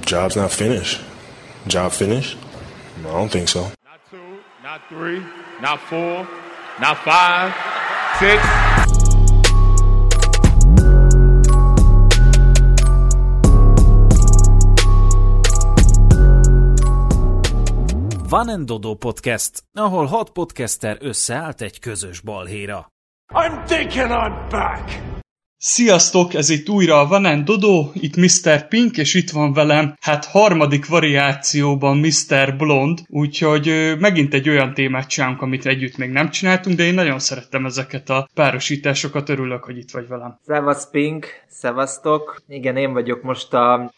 Job's not finished. Job finished? I don't think so. Not 2, not 3, not 4, not 5, 6. Van and Dodo Podcast, ahol 6 podcaster összeállt egy közös balhéra. I'm thinking I'm back! Sziasztok, ez itt újra a Van and Dodo, itt Mr. Pink, és itt van velem, harmadik variációban Mr. Blond, úgyhogy megint egy olyan témát csinálunk, amit együtt még nem csináltunk, de én nagyon szerettem ezeket a párosításokat, örülök, hogy itt vagy velem. Szevasz Pink, szevasztok. Igen, én vagyok most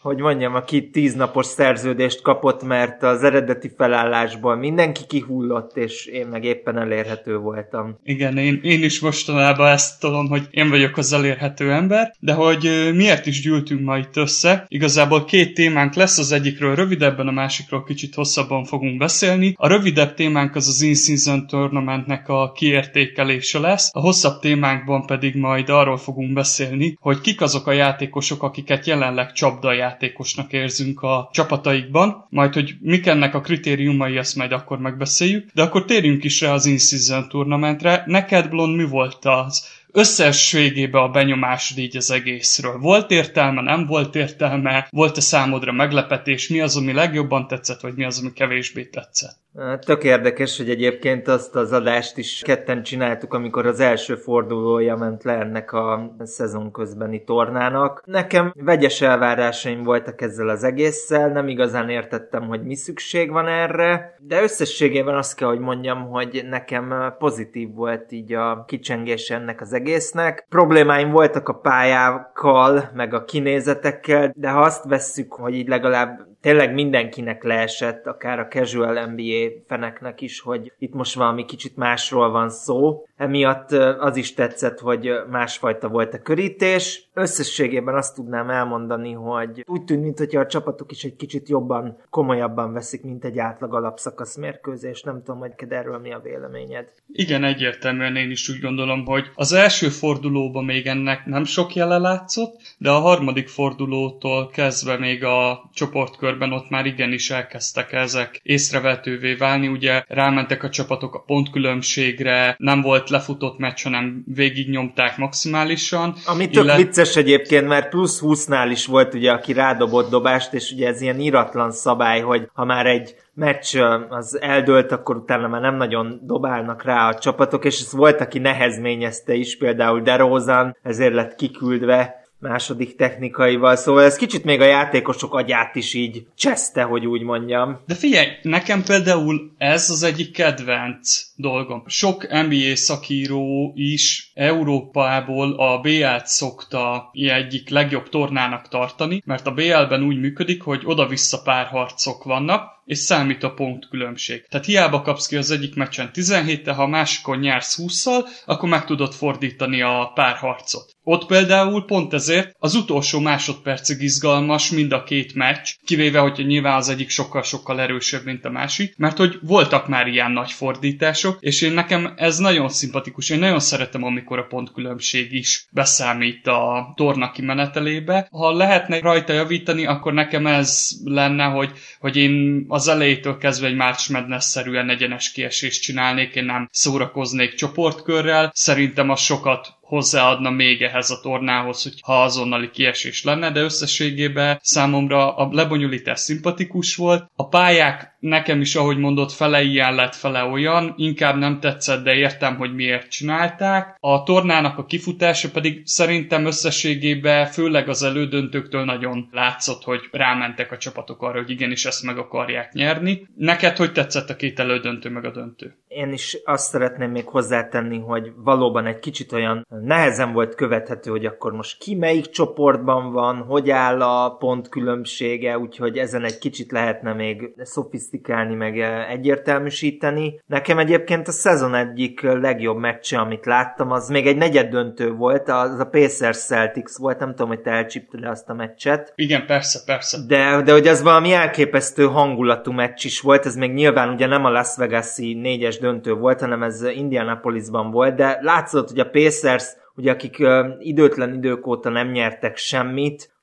aki 10 napos szerződést kapott, mert az eredeti felállásból mindenki kihullott, és én meg éppen elérhető voltam. Igen, én is mostanában ezt tudom, hogy én vagyok az elérhető ember, de hogy miért is gyűltünk ma itt össze. Igazából 2 témánk lesz, az egyikről rövidebben, a másikról kicsit hosszabban fogunk beszélni. A rövidebb témánk az In-Season Tournamentnek a kiértékelése lesz, a hosszabb témánkban pedig majd arról fogunk beszélni, hogy kik azok a játékosok, akiket jelenleg csapdajátékosnak érzünk a csapataikban, majd hogy mik ennek a kritériumai, ezt majd akkor megbeszéljük, de akkor térjünk is rá az In-Season Tournamentre. Neked, Blond, mi volt az összességében a benyomásod így az egészről? Volt értelme, nem volt értelme? Volt-e számodra meglepetés? Mi az, ami legjobban tetszett, vagy mi az, ami kevésbé tetszett? Tök érdekes, hogy egyébként azt az adást is ketten csináltuk, amikor az első fordulója ment le ennek a szezon közbeni tornának. Nekem vegyes elvárásaim voltak ezzel az egésszel, nem igazán értettem, hogy mi szükség van erre, de összességében azt kell, hogy mondjam, hogy nekem pozitív volt így a kicsengés ennek az egésznek. Problémáim voltak a pályákkal, meg a kinézetekkel, de ha azt vesszük, hogy így legalább tényleg mindenkinek leesett, akár a casual NBA feneknek is, hogy itt most valami kicsit másról van szó. Emiatt az is tetszett, hogy másfajta volt a körítés. Összességében azt tudnám elmondani, hogy úgy tűnt, mintha a csapatok is egy kicsit jobban, komolyabban veszik, mint egy átlag alapszakasz mérkőzés. Nem tudom, hogy erről mi a véleményed. Igen, egyértelműen én is úgy gondolom, hogy az első fordulóban még ennek nem sok jele látszott, de a harmadik fordulótól kezdve még a csoportkörben ott már igenis elkezdtek ezek észrevehetővé válni. Ugye rámentek a csapatok a pontkülönbségre, nem volt lefutott meccs, hanem végignyomták maximálisan. Ami tök vicces egyébként, mert plusz 20-nál is volt ugye, aki rádobott dobást, és ugye ez ilyen íratlan szabály, hogy ha már egy meccs az eldőlt, akkor utána már nem nagyon dobálnak rá a csapatok, és ez volt, aki nehezményezte is, például DeRozan, ezért lett kiküldve második technikaival, szóval ez kicsit még a játékosok agyát is így cseszte, hogy úgy mondjam. De figyelj, nekem például ez az egyik kedvenc dolgom. Sok NBA szakíró is Európából a BL-t szokta egyik legjobb tornának tartani, mert a BL-ben úgy működik, hogy oda-vissza párharcok vannak, és számít a pontkülönbség. Tehát hiába kapsz ki az egyik meccsen 17-tel, ha a másikon nyersz 20-szal, akkor meg tudod fordítani a párharcot. Ott például pont ezért az utolsó másodpercig izgalmas mind a 2 meccs, kivéve, hogyha nyilván az egyik sokkal-sokkal erősebb, mint a másik, mert hogy voltak már ilyen nagy fordítások, és nekem ez nagyon szimpatikus. Én nagyon szeretem, amikor a pontkülönbség is beszámít a torna kimenetelébe. Ha lehetne rajta javítani, akkor nekem ez lenne, hogy én az elejétől kezdve egy March Madness-szerűen egyenes kiesést csinálnék, én nem szórakoznék csoportkörrel. Szerintem az sokat hozzáadna még ehhez a tornához, hogy ha azonnali kiesés lenne, de összességében számomra a lebonyolítás szimpatikus volt. A pályák nekem is, ahogy mondott, fele ilyen lett, fele olyan, inkább nem tetszett, de értem, hogy miért csinálták. A tornának a kifutása pedig szerintem összességében, főleg az elődöntőktől nagyon látszott, hogy rámentek a csapatok arra, hogy igenis ezt meg akarják nyerni. Neked hogy tetszett a 2 elődöntő meg a döntő? Én is azt szeretném még hozzátenni, hogy valóban egy kicsit olyan nehezen volt követhető, hogy akkor most ki melyik csoportban van, hogy áll a pontkülönbsége, úgyhogy ezen egy kicsit lehetne még szofisztikálni, meg egyértelműsíteni. Nekem egyébként a szezon egyik legjobb meccse, amit láttam, az még egy negyeddöntő volt, az a Pacers Celtics volt, nem tudom, hogy te elcsípted azt a meccset. Igen, persze. De hogy az valami elképesztő hangulatú meccs is volt, ez még nyilván ugye nem a Las Vegas-i 4-es döntő volt, hanem ez Indianapolisban volt, de látszott, hogy a Pacers, ugye akik időtlen idők óta nem nyertek semmit,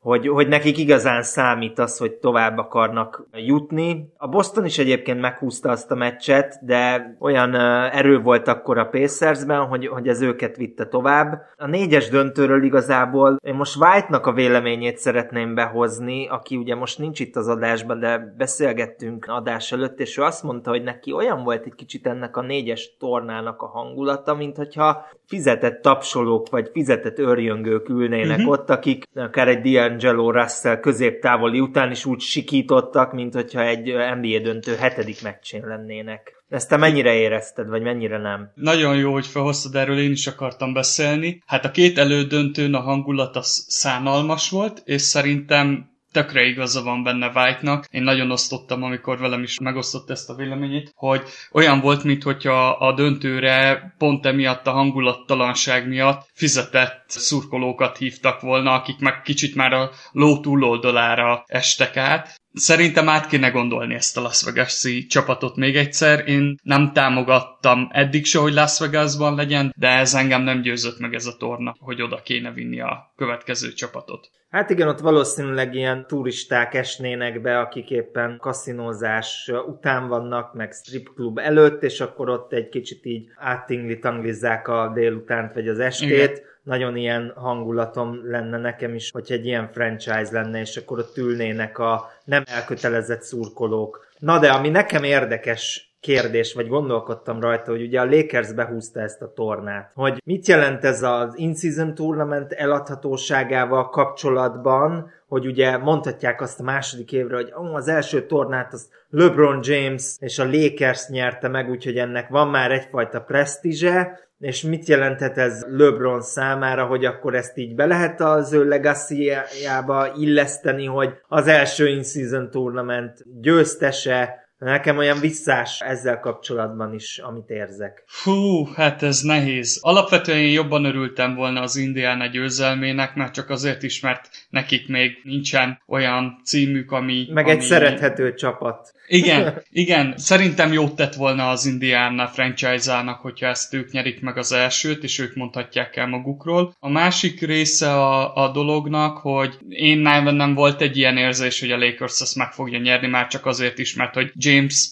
hogy nekik igazán számít az, hogy tovább akarnak jutni. A Boston is egyébként meghúzta azt a meccset, de olyan erő volt akkor a Pacersben, hogy ez őket vitte tovább. A 4-es döntőről igazából én most White-nak a véleményét szeretném behozni, aki ugye most nincs itt az adásban, de beszélgettünk adás előtt, és ő azt mondta, hogy neki olyan volt egy kicsit ennek a 4-es tornának a hangulata, mint hogyha fizetett tapsolók, vagy fizetett örjöngők ülnének ott, akik akár egy D'Angelo Russell középtávoli után is úgy sikítottak, mint hogyha egy NBA döntő 7. meccsén lennének. Ezt te mennyire érezted, vagy mennyire nem? Nagyon jó, hogy felhoztad, erről én is akartam beszélni. Hát a 2 elődöntőn a hangulat az szánalmas volt, és szerintem tökre igaza van benne White-nak. Én nagyon osztottam, amikor velem is megosztott ezt a véleményét, hogy olyan volt, minthogyha a döntőre pont emiatt a hangulattalanság miatt fizetett szurkolókat hívtak volna, akik meg kicsit már a ló túloldalára estek át. Szerintem át kéne gondolni ezt a Las Vegas-i csapatot még egyszer. Én nem támogattam eddig se, hogy Las Vegasban legyen, de ez engem nem győzött meg ez a torna, hogy oda kéne vinni a következő csapatot. Hát igen, ott valószínűleg ilyen turisták esnének be, akik éppen kaszinózás után vannak, meg stripklub előtt, és akkor ott egy kicsit így áttingli-tanglizzák a délutánt vagy az estét. Igen. Nagyon ilyen hangulatom lenne nekem is, hogyha egy ilyen franchise lenne, és akkor ott ülnének a nem elkötelezett szurkolók. Na de ami nekem érdekes kérdés, vagy gondolkodtam rajta, hogy ugye a Lakers behúzta ezt a tornát. Hogy mit jelent ez az in-season tournament eladhatóságával kapcsolatban, hogy ugye mondhatják azt a második évre, hogy az első tornát az LeBron James és a Lakers nyerte meg, úgyhogy ennek van már egyfajta presztízse, és mit jelenthet ez LeBron számára, hogy akkor ezt így be lehet az ő legacy-jába illeszteni, hogy az első in-season tournament győztese. Nekem olyan visszás ezzel kapcsolatban is, amit érzek. Fú, hát ez nehéz. Alapvetően én jobban örültem volna az Indiana győzelmének, mert csak azért is, mert nekik még nincsen olyan címük, ami... Meg egy szerethető csapat. Igen. Szerintem jót tett volna az Indiana franchise-ának, hogyha ezt ők nyerik meg az elsőt, és ők mondhatják el magukról. A másik része a dolognak, hogy én nem volt egy ilyen érzés, hogy a Lakers ezt meg fogja nyerni, már csak azért is, mert hogy James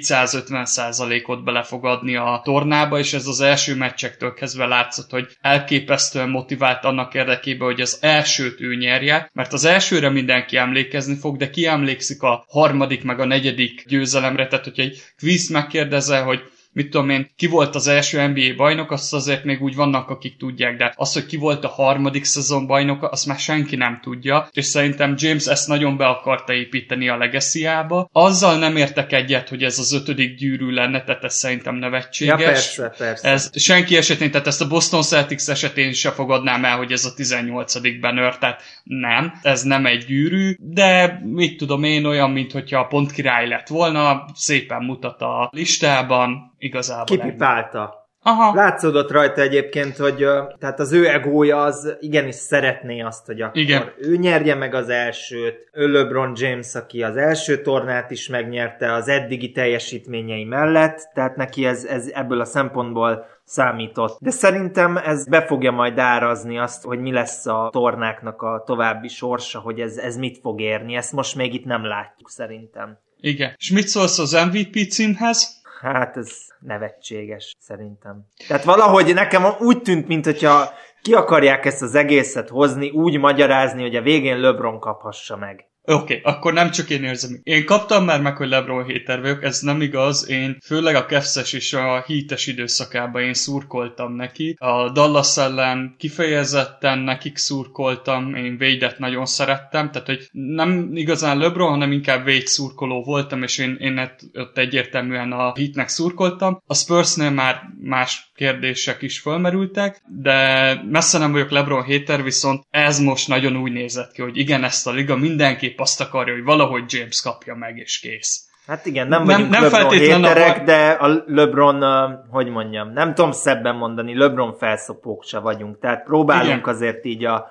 250%-ot bele fog adni a tornába, és ez az első meccsektől kezdve látszott, hogy elképesztően motivált annak érdekében, hogy az elsőt ő nyerje, mert az elsőre mindenki emlékezni fog, de ki emlékszik a harmadik meg a negyedik győzelemre, tehát hogyha egy quiz megkérdezel, hogy mit tudom én, ki volt az első NBA bajnok, azt azért még úgy vannak, akik tudják, de az, hogy ki volt a harmadik szezon bajnoka, azt már senki nem tudja, és szerintem James ezt nagyon be akarta építeni a legacy-ába. Azzal nem értek egyet, hogy ez az 5. gyűrű lenne, tehát ez szerintem nevetséges. Ja, persze. Ez senki esetén, tehát ezt a Boston Celtics esetén se fogadnám el, hogy ez a 18. banner, tehát nem, ez nem egy gyűrű, de mit tudom én, olyan, mint hogyha a pontkirály lett volna, szépen mutat a listában, igazából. Kipipálta. Aha. Látszódott rajta egyébként, hogy tehát az ő egója az igenis szeretné azt, hogy akkor ő nyerje meg az elsőt. Ő LeBron James, aki az első tornát is megnyerte az eddigi teljesítményei mellett, tehát neki ez ebből a szempontból számított. De szerintem ez be fogja majd árazni azt, hogy mi lesz a tornáknak a további sorsa, hogy ez mit fog érni. Ezt most még itt nem látjuk szerintem. Igen. És mit szólsz az MVP címhez? Hát ez nevetséges szerintem. Tehát valahogy nekem úgy tűnt, mintha ki akarják ezt az egészet hozni, úgy magyarázni, hogy a végén LeBron kaphassa meg. Oké, akkor nem csak én érzem. Én kaptam már meg, hogy LeBron hater vagyok, ez nem igaz. Én főleg a Cavs-es és a Heat-es időszakában én szurkoltam neki. A Dallas ellen kifejezetten nekik szurkoltam, én Wade-et nagyon szerettem, tehát hogy nem igazán LeBron, hanem inkább Wade szurkoló voltam, és én ott egyértelműen a Heat-nek szurkoltam. A Spursnél már más kérdések is fölmerültek, de messze nem vagyok LeBron hater, viszont ez most nagyon úgy nézett ki, hogy igen, ezt a liga mindenképp azt akarja, hogy valahogy James kapja meg, és kész. Hát igen, nem vagyunk nem LeBron haterek, de a LeBron, hogy mondjam, nem tudom szebben mondani, LeBron felszopók se vagyunk, tehát próbálunk azért így a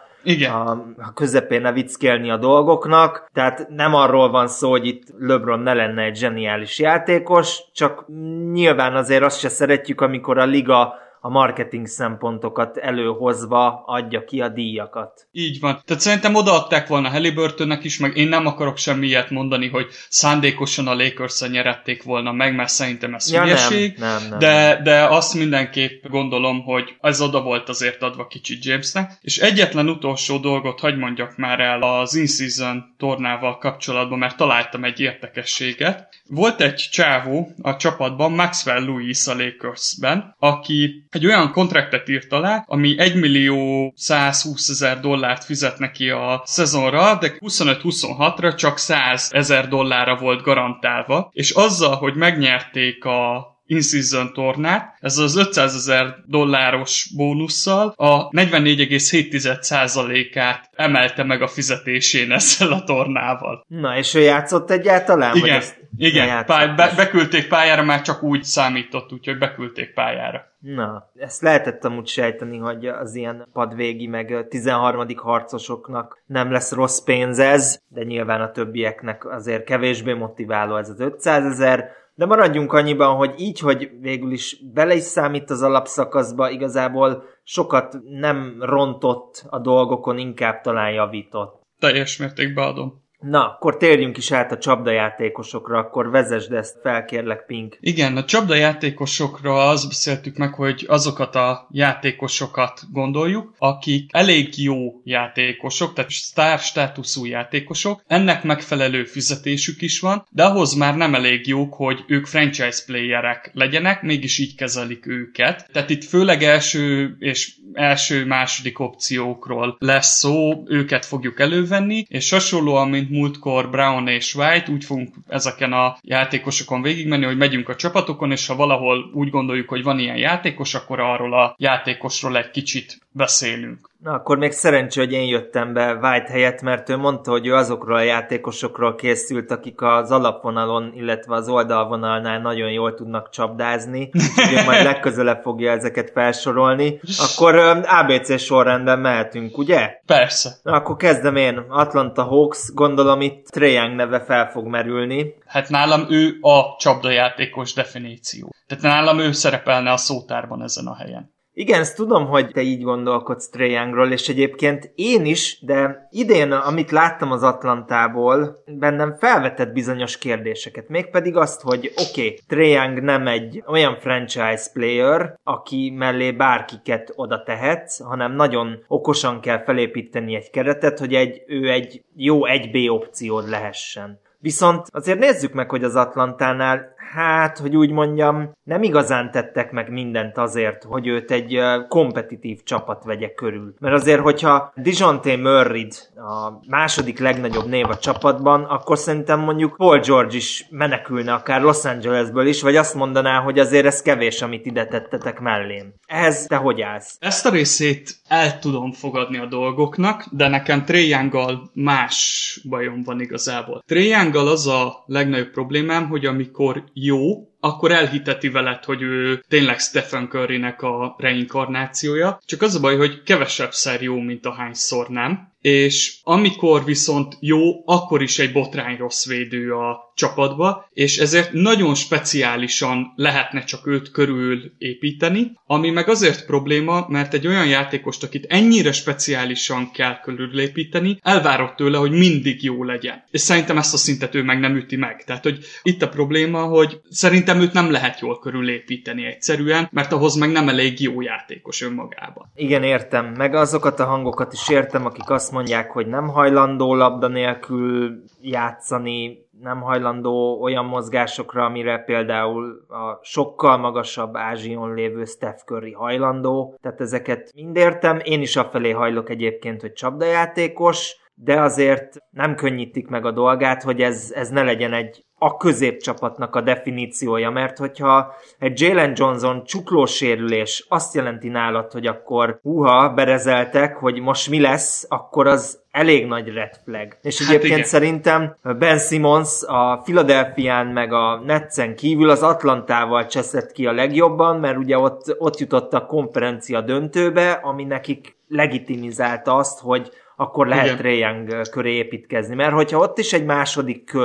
közepén vicckelni a dolgoknak, tehát nem arról van szó, hogy itt LeBron ne lenne egy zseniális játékos, csak nyilván azért azt se szeretjük, amikor a liga a marketing szempontokat előhozva adja ki a díjakat. Így van. Tehát szerintem odaadták volna Halliburtonnek is, meg én nem akarok semmi ilyet mondani, hogy szándékosan a Lakers-en nyerették volna meg, mert szerintem ez hülyeség. Nem. De azt mindenképp gondolom, hogy ez oda volt azért adva kicsit Jamesnek. És egyetlen utolsó dolgot hagy mondjak már el az in-season tornával kapcsolatban, mert találtam egy érdekességet. Volt egy csávó a csapatban, Maxwell Lewis a Lakersben, aki egy olyan kontraktet írt alá, ami $1.120.000 fizet neki a szezonra, de 25-26-ra csak $100,000 volt garantálva, és azzal, hogy megnyerték a in-season tornát, ez az $500,000 bónusszal a 44,7%-át emelte meg a fizetésén ezzel a tornával. Na, és ő játszott egyáltalán? Igen. Beküldték pályára, már csak úgy számított, úgyhogy beküldték pályára. Na, ezt lehetett amúgy sejteni, hogy az ilyen padvégi, meg 13. harcosoknak nem lesz rossz pénz ez, de nyilván a többieknek azért kevésbé motiváló ez az 500,000, de maradjunk annyiban, hogy így, hogy végül is bele is számít az alapszakaszba, igazából sokat nem rontott a dolgokon, inkább talán javított. Teljes mértékben adom. Na, akkor térjünk is át a csapdajátékosokra, akkor vezesd ezt fel, kérlek, Pink. Igen, a csapdajátékosokra azt beszéltük meg, hogy azokat a játékosokat gondoljuk, akik elég jó játékosok, tehát sztár státuszú játékosok, ennek megfelelő fizetésük is van, de ahhoz már nem elég jók, hogy ők franchise playerek legyenek, mégis így kezelik őket. Tehát itt főleg első-második opciókról lesz szó, őket fogjuk elővenni, és hasonlóan, mint múltkor Brown és White, úgy fogunk ezeken a játékosokon végigmenni, hogy megyünk a csapatokon, és ha valahol úgy gondoljuk, hogy van ilyen játékos, akkor arról a játékosról egy kicsit beszélünk. Na, akkor még szerencsé, hogy én jöttem be White helyett, mert ő mondta, hogy ő azokról a játékosokról készült, akik az alapvonalon, illetve az oldalvonalnál nagyon jól tudnak csapdázni, úgyhogy majd legközelebb fogja ezeket felsorolni. Akkor ABC sorrendben mehetünk, ugye? Persze. Na, akkor kezdem én. Atlanta Hawks, gondolom itt Trae Young neve fel fog merülni. Hát nálam ő a csapdajátékos definíció. Tehát nálam ő szerepelne a szótárban ezen a helyen. Igen, ezt tudom, hogy te így gondolkodsz Trae Youngról, és egyébként én is, de idén, amit láttam az Atlantából, bennem felvetett bizonyos kérdéseket. Mégpedig azt, hogy oké, Trae Young nem egy olyan franchise player, aki mellé bárkiket oda tehetsz, hanem nagyon okosan kell felépíteni egy keretet, hogy ő egy jó 1B opciód lehessen. Viszont azért nézzük meg, hogy az Atlantánál, hogy úgy mondjam, nem igazán tettek meg mindent azért, hogy őt egy kompetitív csapat vegye körül. Mert azért, hogyha Dejounte Murrayt a második legnagyobb név a csapatban, akkor szerintem mondjuk Paul George is menekülne akár Los Angelesből is, vagy azt mondaná, hogy azért ez kevés, amit ide tettetek mellém. Ehhez te hogy állsz? Ezt a részét el tudom fogadni a dolgoknak, de nekem Trae Younggal más bajom van igazából. Trae Younggal az a legnagyobb problémám, hogy amikor jó, akkor elhiteti veled, hogy ő tényleg Stephen Currynek a reinkarnációja. Csak az a baj, hogy kevesebbszer jó, mint ahányszor nem. És amikor viszont jó, akkor is egy botrány rossz védő a csapatba, és ezért nagyon speciálisan lehetne csak őt körül építeni, ami meg azért probléma, mert egy olyan játékost, akit ennyire speciálisan kell körülépíteni, elvárod tőle, hogy mindig jó legyen. És szerintem ezt a szintet ő meg nem üti meg. Tehát, hogy itt a probléma, hogy szerintem őt nem lehet jól körülépíteni egyszerűen, mert ahhoz meg nem elég jó játékos önmagában. Igen, értem. Meg azokat a hangokat is értem, akik azt mondják, hogy nem hajlandó labda nélkül játszani, nem hajlandó olyan mozgásokra, amire például a sokkal magasabb ázsion lévő Steph Curry hajlandó. Tehát ezeket mind értem. Én is afelé hajlok egyébként, hogy csapdajátékos, de azért nem könnyítik meg a dolgát, hogy ez ne legyen a középcsapatnak a definíciója, mert hogyha egy Jalen Johnson csuklósérülés azt jelenti nálad, hogy akkor berezeltek, hogy most mi lesz, akkor az elég nagy red flag. És egyébként szerintem Ben Simmons a Philadelphián meg a Netsen kívül az Atlantával cseszett ki a legjobban, mert ugye ott jutott a konferencia döntőbe, ami nekik legitimizálta azt, hogy akkor lehet Trae Young köré építkezni. Mert hogyha ott is egy második kör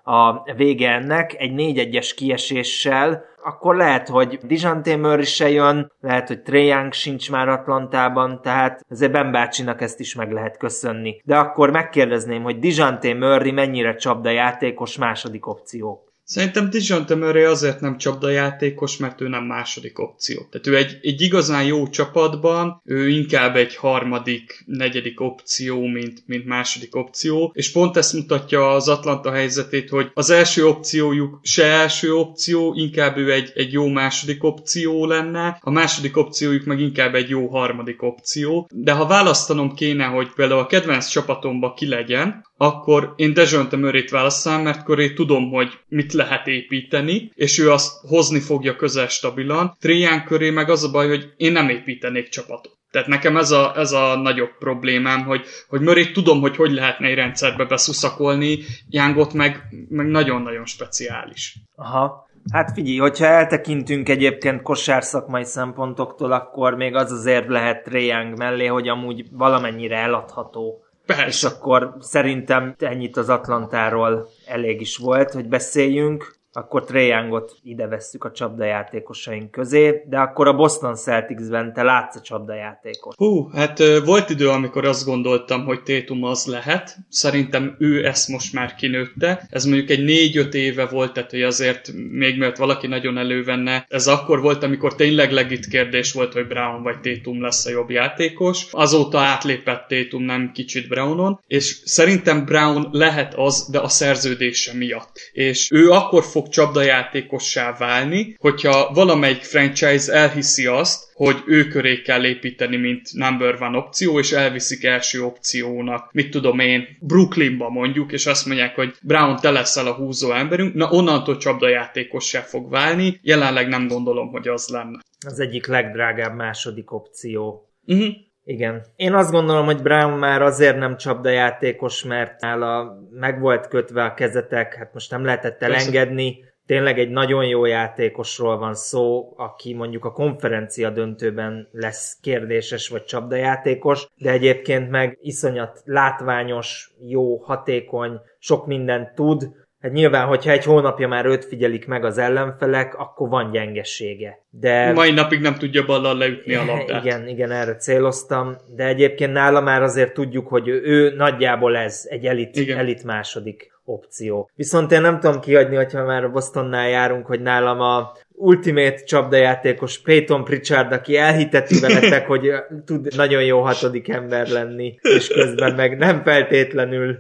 a vége ennek, egy 4-1-es kieséssel, akkor lehet, hogy Dejounte Murray se jön, lehet, hogy Trae Young sincs már Atlantában, tehát azért Ben bácsinak ezt is meg lehet köszönni. De akkor megkérdezném, hogy Dejounte Murray mennyire csapdajátékos második opció? Szerintem Dejounte Murray azért nem csapdajátékos, mert ő nem második opció. Tehát ő egy igazán jó csapatban, ő inkább egy harmadik, negyedik opció, mint második opció, és pont ezt mutatja az Atlanta helyzetét, hogy az első opciójuk se első opció, inkább ő egy jó második opció lenne, a második opciójuk meg inkább egy jó harmadik opció, de ha választanom kéne, hogy például a kedvenc csapatomba ki legyen, akkor én Dejounte Murrayt választanám, mert akkor én tudom, hogy mit lehet építeni, és ő azt hozni fogja közel stabilan. Trae Young köré meg az a baj, hogy én nem építenék csapatot. Tehát nekem ez a nagyobb problémám, hogy Murrayt tudom, hogy lehetne egy rendszerbe beszuszakolni, Youngot meg nagyon-nagyon speciális. Aha. Hát figyelj, hogyha eltekintünk egyébként kosárszakmai szempontoktól, akkor még az azért lehet Trae Young mellé, hogy amúgy valamennyire eladható. Persze. És akkor szerintem ennyit az Atlantáról elég is volt, hogy beszéljünk. Akkor Trae Youngot ide vesszük a csapdajátékosaink közé, de akkor a Boston Celticsben te látsz a csapdajátékot. Hát volt idő, amikor azt gondoltam, hogy Tatum az lehet. Szerintem ő ezt most már kinőtte. Ez mondjuk egy 4-5 éve volt, tehát hogy azért még mielőtt valaki nagyon elővenne. Ez akkor volt, amikor tényleg legit kérdés volt, hogy Brown vagy Tatum lesz a jobb játékos. Azóta átlépett Tatum nem kicsit Brownon, és szerintem Brown lehet az, de a szerződése miatt. És ő akkor fog csapdajátékossá válni, hogyha valamelyik franchise elhiszi azt, hogy ő köré kell építeni, mint number one opció, és elviszik első opciónak, mit tudom én, Brooklynba mondjuk, és azt mondják, hogy Brown, te leszel a húzó emberünk, na onnantól csapdajátékossá fog válni, jelenleg nem gondolom, hogy az lenne. Az egyik legdrágább második opció. Uh-huh. Igen. Én azt gondolom, hogy Brown már azért nem csapdajátékos, mert nála meg volt kötve a kezetek, hát most nem lehetett elengedni. Tényleg egy nagyon jó játékosról van szó, aki mondjuk a konferencia döntőben lesz kérdéses vagy csapdajátékos, de egyébként meg iszonyat látványos, jó, hatékony, sok mindent tud. Hát nyilván, hogyha egy hónapja már őt figyelik meg az ellenfelek, akkor van gyengesége. De mai napig nem tudja ballal leütni a labdát. Igen, erre céloztam, de egyébként nála már azért tudjuk, hogy ő nagyjából ez egy elit második opció. Viszont én nem tudom kihagyni, hogyha már a Bostonnál járunk, hogy nálam a ultimate csapdajátékos Peyton Pritchard, aki elhiteti veletek, hogy tud nagyon jó hatodik ember lenni, és közben meg nem feltétlenül.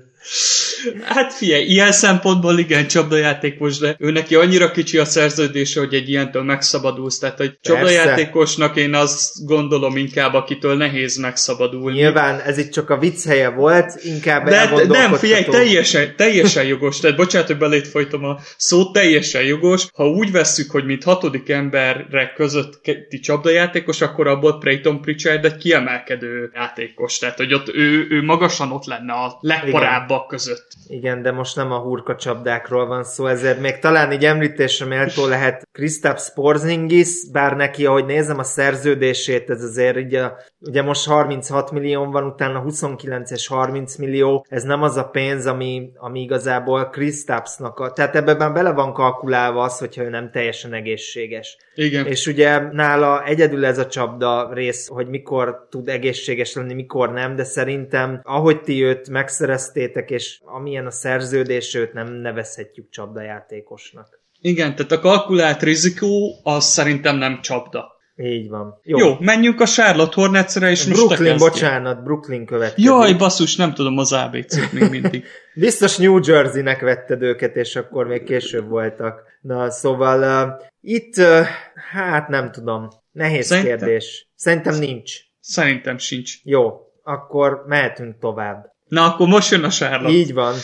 Hát figyelj, ilyen szempontból igen, csapdajátékos, de ő neki annyira kicsi a szerződése, hogy egy ilyentől megszabadulsz, tehát hogy csapdajátékosnak én azt gondolom inkább, akitől nehéz megszabadulni. Nyilván ez itt csak a vicc helye volt, inkább de nem, figyelj, teljesen jogos, tehát bocsánat, hogy belét folytom a szót, teljesen jogos. Ha úgy vesszük, hogy mint hatodik emberek közötti csapdajátékos, akkor abból Peyton Pritchard egy kiemelkedő játékos, tehát hogy ott ő magasan ott lenne a legparábbak között. Igen, de most nem a hurka csapdákról van szó, ezért még talán így említésre méltó lehet Kristaps Porzingis, bár neki, ahogy nézem a szerződését, ez azért ugye most 36 millió van, utána 29 és 30 millió, ez nem az a pénz, ami igazából Kristapsnak, tehát ebben bele van kalkulálva az, hogyha ő nem teljesen egészséges. Igen. És ugye nála egyedül ez a csapda rész, hogy mikor tud egészséges lenni, mikor nem, de szerintem ahogy ti őt megszereztétek, és amilyen a szerződés, őt nem nevezhetjük csapdajátékosnak. Igen, tehát a kalkulált rizikó az szerintem nem csapda. Így van. Jó, menjünk a Charlotte Hornetsre, és Brooklyn következik. Jaj, basszus, nem tudom az ABC-t még mindig. Biztos New Jersey-nek vetted őket, és akkor még később voltak. Na, szóval itt, hát nem tudom. Nehéz kérdés. Szerintem nincs. Szerintem sincs. Jó, akkor mehetünk tovább. Na, akkor most jön a Charlotte. Így van.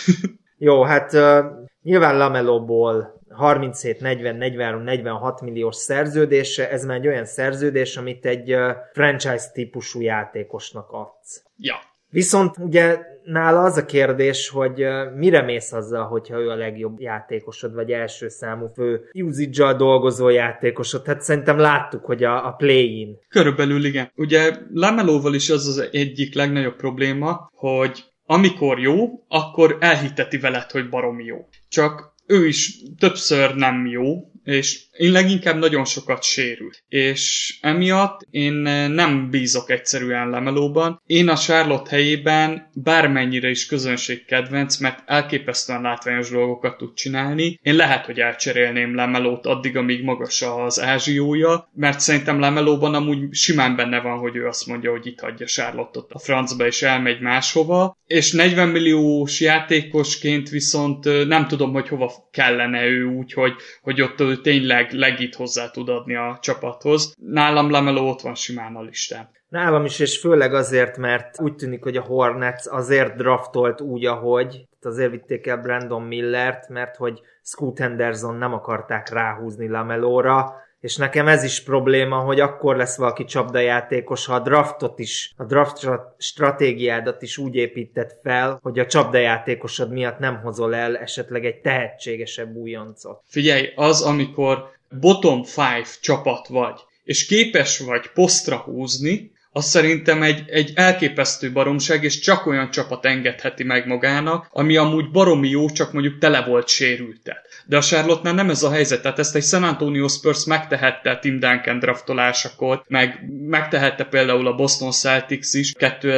Jó, hát nyilván LaMelo Ball 37, 40, 43, 46 milliós szerződése, ez már egy olyan szerződés, amit egy franchise típusú játékosnak adsz. Ja. Viszont ugye nála az a kérdés, hogy mire mész azzal, hogyha ő a legjobb játékosod, vagy első számú fő usage-al dolgozó játékosod. Hát szerintem láttuk, hogy a play-in. Körülbelül igen. Ugye LaMelóval is az egyik legnagyobb probléma, hogy amikor jó, akkor elhitteti veled, hogy baromi jó. Csak ő is többször nem jó, és én leginkább nagyon sokat sérül. És emiatt én nem bízok egyszerűen Lamelóban. Én a Charlotte helyében bármennyire is közönségkedvenc, mert elképesztően látványos dolgokat tud csinálni. Én lehet, hogy elcserélném Lamelót addig, amíg magas az ázsiója, mert szerintem Lamelóban amúgy simán benne van, hogy ő azt mondja, hogy itt hagyja Charlotte-ot a francba, és elmegy máshova. És 40 milliós játékosként viszont nem tudom, hogy hova kellene ő úgy, hogy ott ő tényleg legit hozzá tud adni a csapathoz. Nálam Lamelo ott van simán a listán. Nálam is, és főleg azért, mert úgy tűnik, hogy a Hornets azért draftolt úgy, ahogy, azért vitték el Brandon Millert, mert hogy Scoot Henderson nem akarták ráhúzni Lamelóra, és nekem ez is probléma, hogy akkor lesz valaki csapdajátékos, ha a draft stratégiádat is úgy építed fel, hogy a csapdajátékosod miatt nem hozol el esetleg egy tehetségesebb újoncot. Figyelj, az, amikor bottom 5 csapat vagy, és képes vagy posztra húzni, az szerintem egy elképesztő baromság, és csak olyan csapat engedheti meg magának, ami amúgy baromi jó, csak mondjuk tele volt sérültel. De a Charlotte-nál nem ez a helyzet, tehát ezt egy San Antonio Spurs megtehette Tim Duncan draftolásakor, meg megtehette például a Boston Celtics is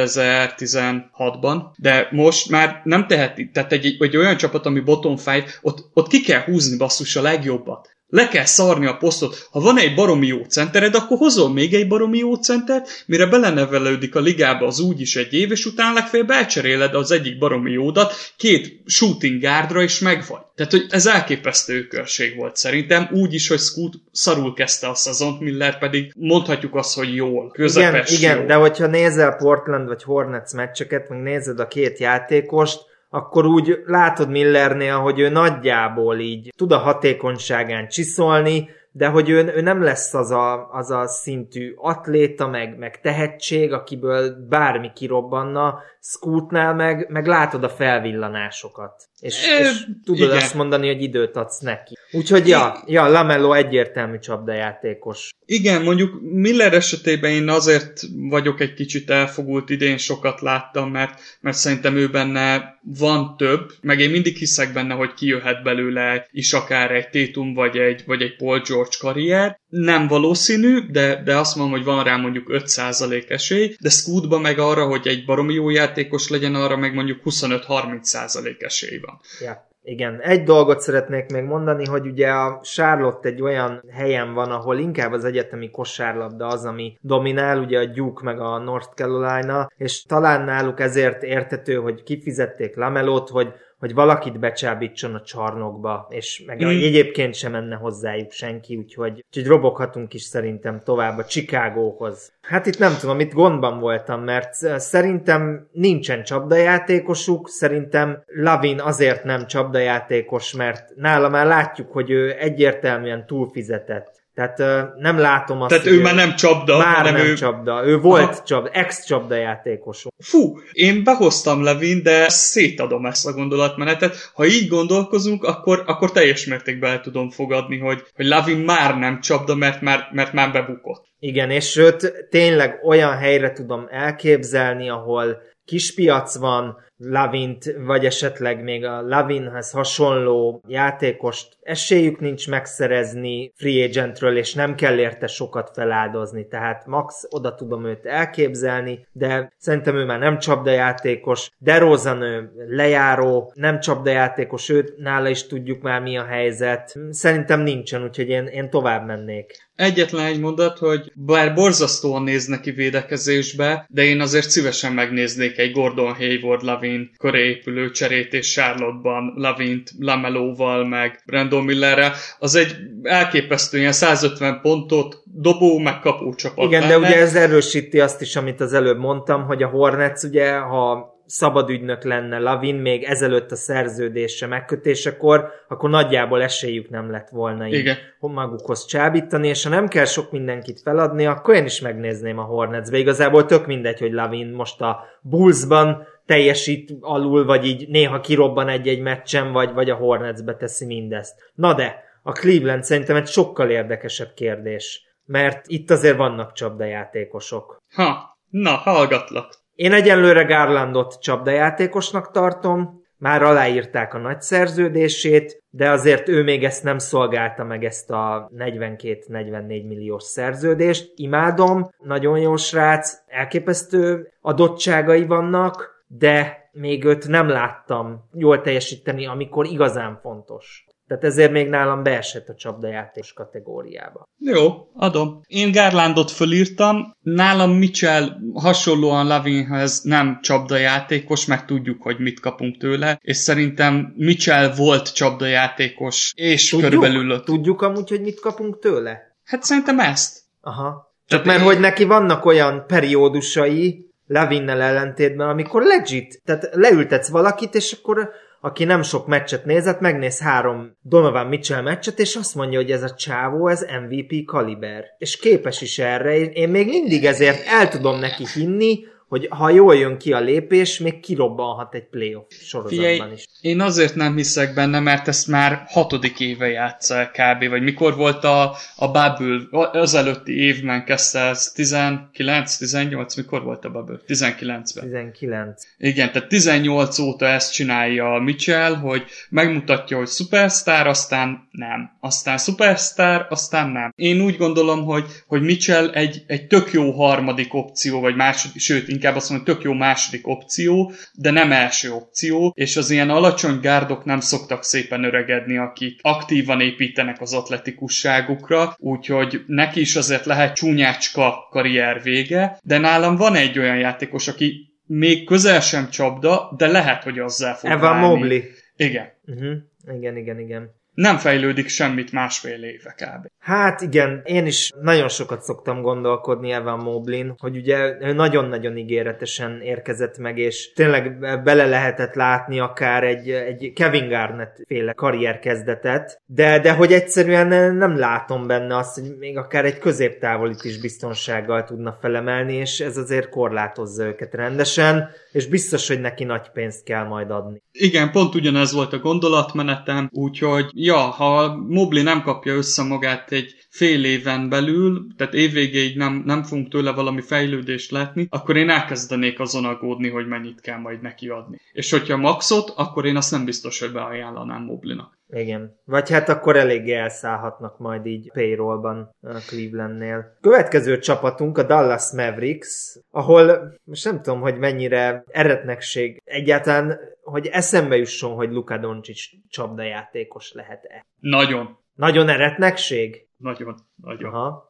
2016-ban, de most már nem teheti, tehát egy olyan csapat, ami bottom 5, ott ki kell húzni basszus a legjobbat. Le kell szarni a posztot. Ha van egy baromi jó centered, akkor hozol még egy baromi jó centert, mire belenevelődik a ligába az úgyis egy év, és utána legfeljebb elcseréled az egyik baromi jódat 2 shooting guardra, és megvagy. Tehát, hogy ez elképesztő körség volt szerintem, úgy is, hogy Scoot szarul kezdte a szezont, Miller pedig mondhatjuk azt, hogy jól, közepes igen, jól. De hogyha nézel Portland vagy Hornets meccseket, meg nézed a két játékost, akkor úgy látod Millernél, hogy ő nagyjából így tud a hatékonyságán csiszolni, de hogy ő nem lesz az a szintű atléta, meg tehetség, akiből bármi kirobbanna. Scootnál meg látod a felvillanásokat. És tudod azt mondani, hogy időt adsz neki. Úgyhogy Lamelo egyértelmű csapdajátékos. Igen, mondjuk Miller esetében én azért vagyok egy kicsit elfogult, idén sokat láttam, mert szerintem ő benne van több, meg én mindig hiszek benne, hogy kijöhet belőle is akár egy Tatum vagy egy Paul George karrier. Nem valószínű, de azt mondom, hogy van rá mondjuk 5% esély, de Scootban meg arra, hogy egy baromi jó játékos legyen, arra meg mondjuk 25-30% esély van. Ja. Igen, egy dolgot szeretnék még mondani, hogy ugye a Charlotte egy olyan helyen van, ahol inkább az egyetemi kosárlabda az, ami dominál, ugye a Duke meg a North Carolina, és talán náluk ezért értető, hogy kifizették Lamelót, hogy valakit becsábítson a csarnokba, és meg egyébként sem menne hozzájuk senki, úgyhogy roboghatunk is szerintem tovább a Chicagóhoz. Hát itt nem tudom, itt gondban voltam, mert szerintem nincsen csapdajátékosuk, szerintem Lavin azért nem csapdajátékos, mert nála már látjuk, hogy ő egyértelműen túlfizetett. Tehát nem látom azt, tehát ő már nem csapda. Már nem csapda. Ő volt ex-csapdajátékos. Fú, én behoztam Levin, de szétadom ezt a gondolatmenetet. Ha így gondolkozunk, akkor teljes mértékben el tudom fogadni, hogy Levin már nem csapda, mert már bebukott. Igen, és sőt, tényleg olyan helyre tudom elképzelni, ahol kispiac van, Lavint, vagy esetleg még a Lavinhez hasonló játékost esélyük nincs megszerezni free agentről, és nem kell érte sokat feláldozni, tehát max oda tudom őt elképzelni, de szerintem ő már nem csapdajátékos, DeRozan ő lejáró, nem csapdajátékos, őt nála is tudjuk már mi a helyzet. Szerintem nincsen, úgyhogy én tovább mennék. Egyetlen egy mondat, hogy bár borzasztóan néz neki védekezésbe, de én azért szívesen megnéznék egy Gordon Hayward Lavin köré épülő cserét, és Charlotte-ban Lavint Lamelóval, meg Brandon Millerrel. Az egy elképesztő ilyen 150 pontot dobó, meg kapó csapat. Igen, benne. De ugye ez erősíti azt is, amit az előbb mondtam, hogy a Hornets ugye, ha szabad ügynök lenne Lavin még ezelőtt a szerződése megkötésekor, akkor nagyjából esélyük nem lett volna így magukhoz csábítani, és ha nem kell sok mindenkit feladni, akkor én is megnézném a Hornetsbe. Igazából tök mindegy, hogy Lavin most a Bullsban teljesít alul, vagy így néha kirobban egy-egy meccsen, vagy a Hornetsbe teszi mindezt. Na de, a Cleveland szerintem egy sokkal érdekesebb kérdés, mert itt azért vannak csapdajátékosok. Na, hallgatlak. Én egyenlőre Garlandot csapdajátékosnak tartom, már aláírták a nagy szerződését, de azért ő még ezt nem szolgálta meg, ezt a 42-44 milliós szerződést. Imádom, nagyon jó srác, elképesztő adottságai vannak, de még őt nem láttam jól teljesíteni, amikor igazán fontos. Tehát ezért még nálam beesett a csapdajátékos kategóriába. Jó, adom. Én Garlandot fölírtam, nálam Mitchell hasonlóan Lavinhez nem csapdajátékos, meg tudjuk, hogy mit kapunk tőle, és szerintem Mitchell volt csapdajátékos, és körülbelül... Tudjuk amúgy, hogy mit kapunk tőle? Hát szerintem ezt. Aha. Csak mert hogy neki vannak olyan periódusai, Lavinnel ellentétben, amikor legit, tehát leültetsz valakit, és akkor aki nem sok meccset nézett, megnéz 3 Donovan Mitchell meccset, és azt mondja, hogy ez a csávó, ez MVP kaliber. És képes is erre, én még mindig ezért el tudom neki hinni, hogy ha jól jön ki a lépés, még kirobbanhat egy playoff sorozatban is. Én azért nem hiszek benne, mert ezt már 6. éve játssza kb. Vagy mikor volt a Bubble, az előtti évben kezdte ez, 19-18, mikor volt a Bubble? 19-ben. 19. Igen, tehát 18 óta ezt csinálja Mitchell, hogy megmutatja, hogy szupersztár, aztán nem. Aztán szupersztár, aztán nem. Én úgy gondolom, hogy Mitchell egy tök jó harmadik opció, vagy második, sőt, inkább azt mondom, hogy tök jó második opció, de nem első opció, és az ilyen alacsony gárdok nem szoktak szépen öregedni, akik aktívan építenek az atletikusságukra, úgyhogy neki is azért lehet csúnyácska karrier vége, de nálam van egy olyan játékos, aki még közel sem csapda, de lehet, hogy azzal fog Evan válni. Mobley. Igen. Igen. Nem fejlődik semmit 1,5 éve kb. Hát igen, én is nagyon sokat szoktam gondolkodni Evan Mobleyn, hogy ugye ő nagyon-nagyon ígéretesen érkezett meg, és tényleg bele lehetett látni akár egy Kevin Garnett féle karrierkezdetet, de hogy egyszerűen nem látom benne azt, hogy még akár egy középtávolit is biztonsággal tudna felemelni, és ez azért korlátozza őket rendesen, és biztos, hogy neki nagy pénzt kell majd adni. Igen, pont ugyanez volt a gondolatmenetem, úgyhogy ha Mobley nem kapja össze magát egy fél éven belül, tehát évvégéig nem fogunk tőle valami fejlődést látni, akkor én elkezdenék azon aggódni, hogy mennyit kell majd neki adni. És hogyha maxot, akkor én azt nem biztos, hogy beajánlanám Mobleynak. Igen. Vagy hát akkor eléggé elszállhatnak majd így payrollban a Clevelandnél. Következő csapatunk a Dallas Mavericks, ahol most nem tudom, hogy mennyire eretnekség egyáltalán, hogy eszembe jusson, hogy Luka Doncic csapdajátékos lehet-e. Nagyon. Nagyon eretnekség? Nagyon. Aha.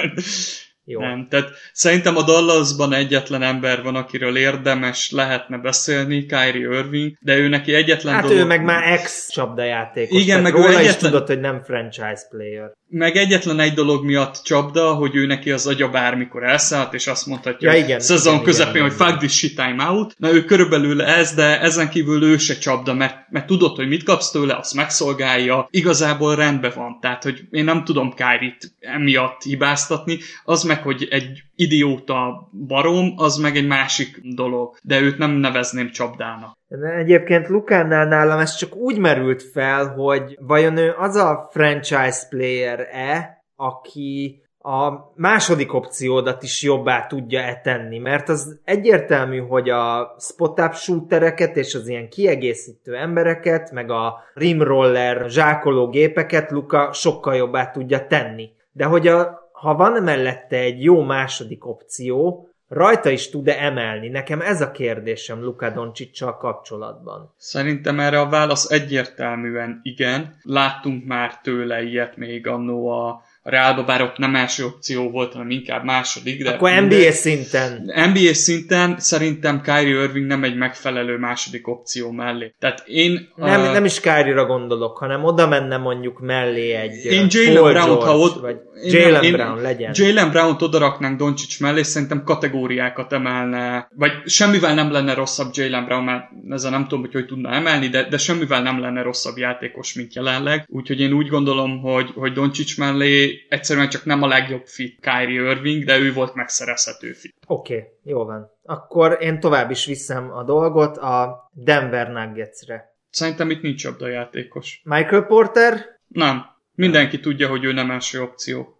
Jó. Nem, tehát szerintem a Dallasban egyetlen ember van, akiről érdemes lehetne beszélni, Kyrie Irving, de ő neki egyetlen hát dolog... ő meg már ex-csapdajátékos. Igen, meg róla ő is tudod, hogy nem franchise player. Meg egyetlen egy dolog miatt csapda, hogy ő neki az agya bármikor elszállt, és azt mondhatja, ja, igen, szezon közepén, igen. hogy fuck this shit, I'm out. Na ő körülbelül ez, de ezen kívül ő se csapda, mert tudod, hogy mit kapsz tőle, azt megszolgálja, igazából rendben van. Tehát, hogy én nem tudom Kyrie-t emiatt hibáztatni, az meg, hogy egy idióta barom, az meg egy másik dolog, de őt nem nevezném csapdának. Egyébként Lukánál nálam ez csak úgy merült fel, hogy vajon ő az a franchise player-e, aki a második opciódat is jobbá tudja tenni, mert az egyértelmű, hogy a spot-up shootereket és az ilyen kiegészítő embereket, meg a rimroller zsákoló gépeket Luka sokkal jobbá tudja tenni. De hogy ha van mellette egy jó második opció, rajta is tud-e emelni? Nekem ez a kérdésem Luka Doncsicsal kapcsolatban. Szerintem erre a válasz egyértelműen igen. Láttunk már tőle ilyet még annó a Reálba, bár ott nem első opció volt, hanem inkább második. De akkor NBA szinten. NBA szinten szerintem Kyrie Irving nem egy megfelelő második opció mellé. Tehát én... Nem is Kyrie-ra gondolok, hanem oda menne mondjuk mellé egy én Jaylen Brown, ha ott... vagy Jaylen Brown legyen. Jaylen Brown-t odaraknánk Doncic mellé, szerintem kategóriákat emelne, vagy semmivel nem lenne rosszabb Jaylen Brown, mert ezzel nem tudom, hogy tudna emelni, de semmivel nem lenne rosszabb játékos, mint jelenleg. Úgyhogy én úgy gondolom, hogy Doncic mellé egyszerűen csak nem a legjobb fit Kyrie Irving, de ő volt megszerezhető fit. Oké, jó van. Akkor én tovább is viszem a dolgot a Denver Nuggetsre. Szerintem itt nincs csapdajátékos. Michael Porter? Nem. Mindenki tudja, hogy ő nem első opció.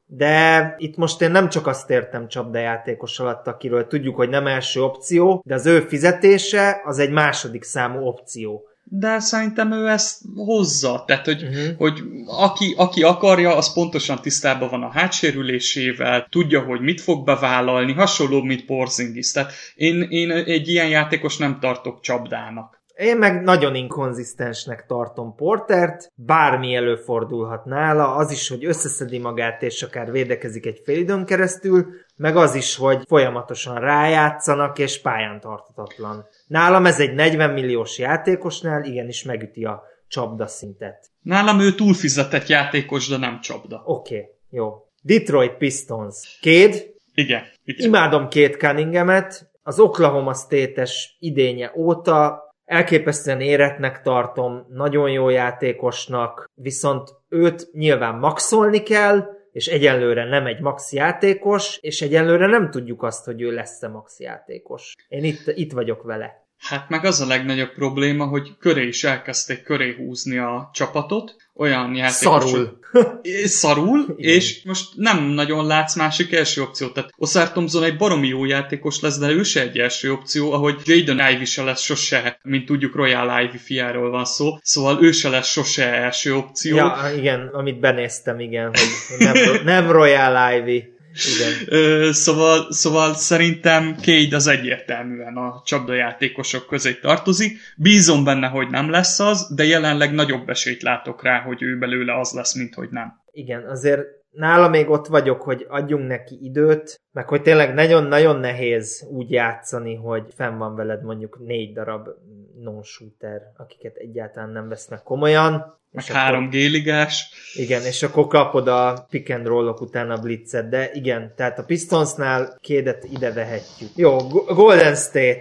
de itt most én nem csak azt értem csapdajátékos alatt, akiről tudjuk, hogy nem első opció, de az ő fizetése az egy második számú opció. De szerintem ő ezt hozza. Tehát, hogy aki akarja, az pontosan tisztában van a hátsérülésével, tudja, hogy mit fog bevállalni, hasonló, mint Porzingis. Tehát én egy ilyen játékos nem tartok csapdának. Én meg nagyon inkonzisztensnek tartom Portert, bármi előfordulhat nála, az is, hogy összeszedi magát és akár védekezik egy fél időn keresztül, meg az is, hogy folyamatosan rájátszanak és pályán tartatatlan. Nálam ez egy 40 milliós játékosnál igenis megüti a csapda szintet. Nálam ő túlfizetett játékos, de nem csapda. Oké, jó. Detroit Pistons. Cade? Igen. Imádom Cade Cunninghamet, az Oklahoma State-es idénye óta elképesztően érettnek tartom, nagyon jó játékosnak, viszont őt nyilván maxolni kell, és egyenlőre nem egy max játékos, és egyenlőre nem tudjuk azt, hogy ő lesz-e max játékos. Én itt vagyok vele. Hát meg az a legnagyobb probléma, hogy köré is elkezdték köré húzni a csapatot, olyan játékosok... Szarul, és most nem nagyon látsz másik első opciót. Tehát Oscar Thompson egy baromi jó játékos lesz, de ő se egy első opció, ahogy Jaden Ivey se lesz sose, mint tudjuk, Royal Ivey fiáról van szó, szóval ő se lesz sose első opció. Ja, igen, amit benéztem, igen, hogy nem Royal Ivey. Igen. Szóval szerintem Cade az egyértelműen a csapdajátékosok közé tartozik. Bízom benne, hogy nem lesz az, de jelenleg nagyobb esélyt látok rá, hogy ő belőle az lesz, mint hogy nem. Igen, azért nála még ott vagyok, hogy adjunk neki időt, meg hogy tényleg nagyon-nagyon nehéz úgy játszani, hogy fenn van veled mondjuk 4 darab non-shooter, akiket egyáltalán nem vesznek komolyan. Meg 3 G-ligás. Igen, és akkor kapod a pick and roll-ok után a blitzet, de igen, tehát a Pistonsnál Cade-et ide vehetjük. Jó, Golden State.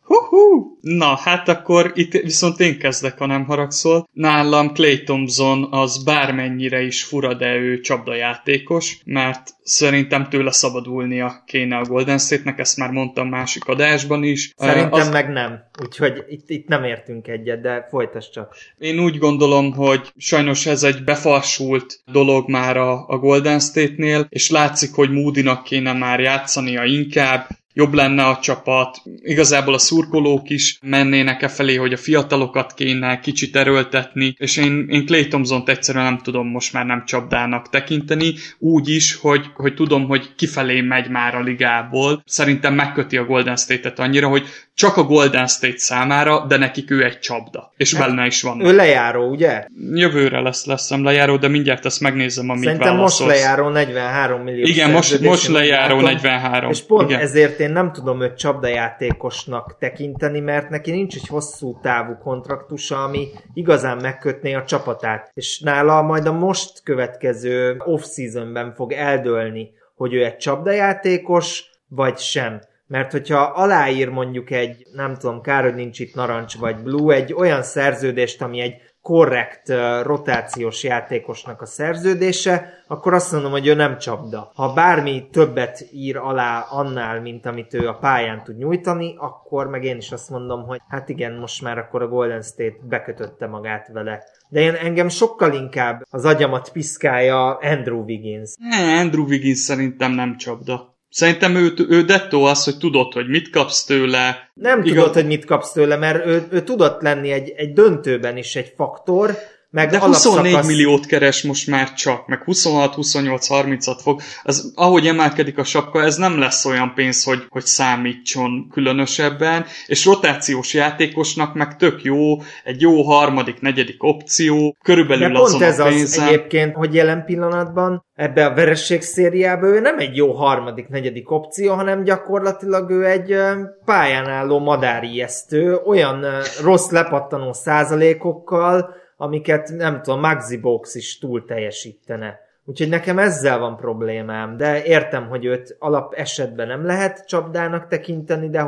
Na, hát akkor itt viszont én kezdek, ha nem haragszol. Nálam Klay Thompson az bármennyire is fura, de ő csapdajátékos, mert szerintem tőle szabadulnia kéne a Golden State-nek, ezt már mondtam másik adásban is. Szerintem meg nem, úgyhogy itt nem értünk egyet, de folytasd csak. Én úgy gondolom, hogy sajnos ez egy befarsult dolog már a Golden State-nél, és látszik, hogy Moody-nak kéne már játszania inkább, jobb lenne a csapat, igazából a szurkolók is mennének e felé, hogy a fiatalokat kéne kicsit erőltetni, és én Klay Thompsont egyszerűen nem tudom most már nem csapdának tekinteni, úgy is, hogy tudom, hogy kifelé megy már a ligából. Szerintem megköti a Golden State-et annyira, hogy csak a Golden State számára, de nekik ő egy csapda. És benne is vannak. Ő lejáró, ugye? Jövőre leszem lejáró, de mindjárt ezt megnézem, amit szerintem válaszolsz. Most lejáró 43 millió. Igen, most lejáró 43. És pont igen. Ezért én nem tudom őt csapdajátékosnak tekinteni, mert neki nincs egy hosszú távú kontraktusa, ami igazán megkötné a csapatát. És nála majd a most következő off-seasonben fog eldőlni, hogy ő egy csapdajátékos, vagy sem. Mert hogyha aláír mondjuk egy, nem tudom, kár, hogy nincs itt narancs vagy blue, egy olyan szerződést, ami egy korrekt rotációs játékosnak a szerződése, akkor azt mondom, hogy ő nem csapda. Ha bármi többet ír alá annál, mint amit ő a pályán tud nyújtani, akkor meg én is azt mondom, hogy hát igen, most már akkor a Golden State bekötötte magát vele. De engem sokkal inkább az agyamat piszkálja Andrew Wiggins. Andrew Wiggins szerintem nem csapda. Szerintem ő dettó az, hogy tudod, hogy mit kapsz tőle. Nem tudod, hogy mit kapsz tőle, mert ő tudott lenni egy döntőben is egy faktor, meg de 24 milliót keres most már csak, meg 26-28-30-at fog. Az, ahogy emelkedik a sapka, ez nem lesz olyan pénz, hogy számítson különösebben, és rotációs játékosnak meg tök jó, egy jó harmadik, negyedik opció, körülbelül de azon pont ez a pénzen. Az egyébként, hogy jelen pillanatban ebbe a vereségszériában ő nem egy jó harmadik, negyedik opció, hanem gyakorlatilag ő egy pályán álló madárijesztő, olyan rossz lepattanó százalékokkal, amiket nem tudom, Maxi Box is túl teljesítene. Úgyhogy nekem ezzel van problémám, de értem, hogy őt alap esetben nem lehet csapdának tekinteni, de hogy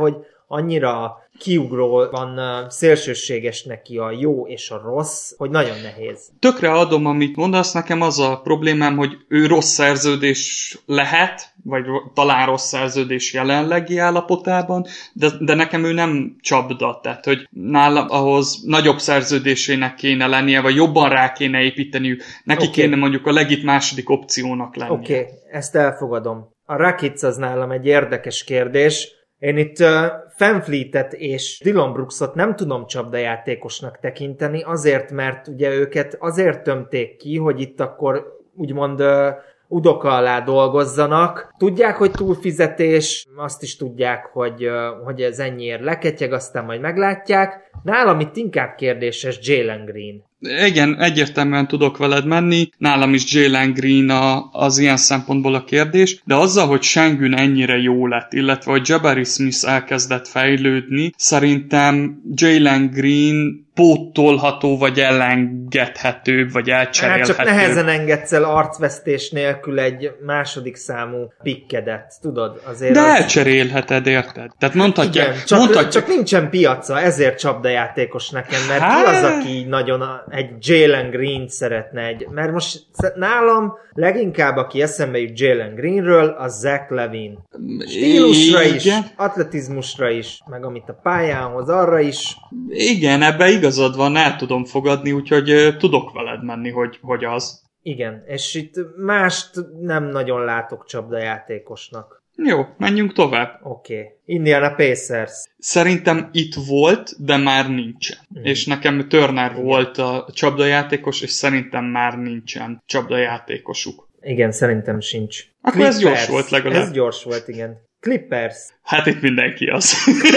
annyira kiugró van, szélsőséges neki a jó és a rossz, hogy nagyon nehéz. Tökre adom, amit mondasz, nekem az a problémám, hogy ő rossz szerződés lehet, vagy talán rossz szerződés jelenlegi állapotában, de nekem ő nem csapda, tehát hogy nálam ahhoz nagyobb szerződésének kéne lennie, vagy jobban rá kéne építeni, neki kéne mondjuk a legit második opciónak lennie. Oké, ezt elfogadom. A Rakic az nálam egy érdekes kérdés. Én itt VanVleet-et és Dillon Brooksot nem tudom csapdajátékosnak tekinteni, azért, mert ugye őket azért tömték ki, hogy itt akkor úgymond udoka alá dolgozzanak. Tudják, hogy túlfizetés, azt is tudják, hogy ez ennyiért leketyeg, aztán majd meglátják. Nálam itt inkább kérdéses Jalen Green. Igen, egyértelműen tudok veled menni, nálam is Jalen Green az ilyen szempontból a kérdés, de azzal, hogy Sengun ennyire jó lett, illetve hogy Jabari Smith elkezdett fejlődni, szerintem Jalen Green póttolható, vagy elengedhetőbb, vagy elcserélhetőbb. Hát csak nehezen engedsz el arcvesztés nélkül egy második számú pikkedet, tudod? Azért de elcserélheted, érted? Tehát mondhatják... Igen, csak nincsen piaca, ezért csapdajátékos nekem, mert ki az, aki nagyon egy Jalen Green szeretne mert most nálam leginkább, aki eszembe jut Jalen Greenről, az Zach Levine. Stílusra is, atletizmusra is, meg amit a pályához, arra is. Igen, ebbe igazad van, el tudom fogadni, úgyhogy tudok veled menni, hogy az. Igen, és itt mást nem nagyon látok csapdajátékosnak. Jó, menjünk tovább. Oké. Indiana Pacers. Szerintem itt volt, de már nincsen. És nekem Turner volt a csapdajátékos, és szerintem már nincsen csapdajátékosuk. Igen, szerintem sincs. Akkor Clippers. Ez gyors volt legalább. Ez gyors volt, igen. Clippers. Hát itt mindenki az.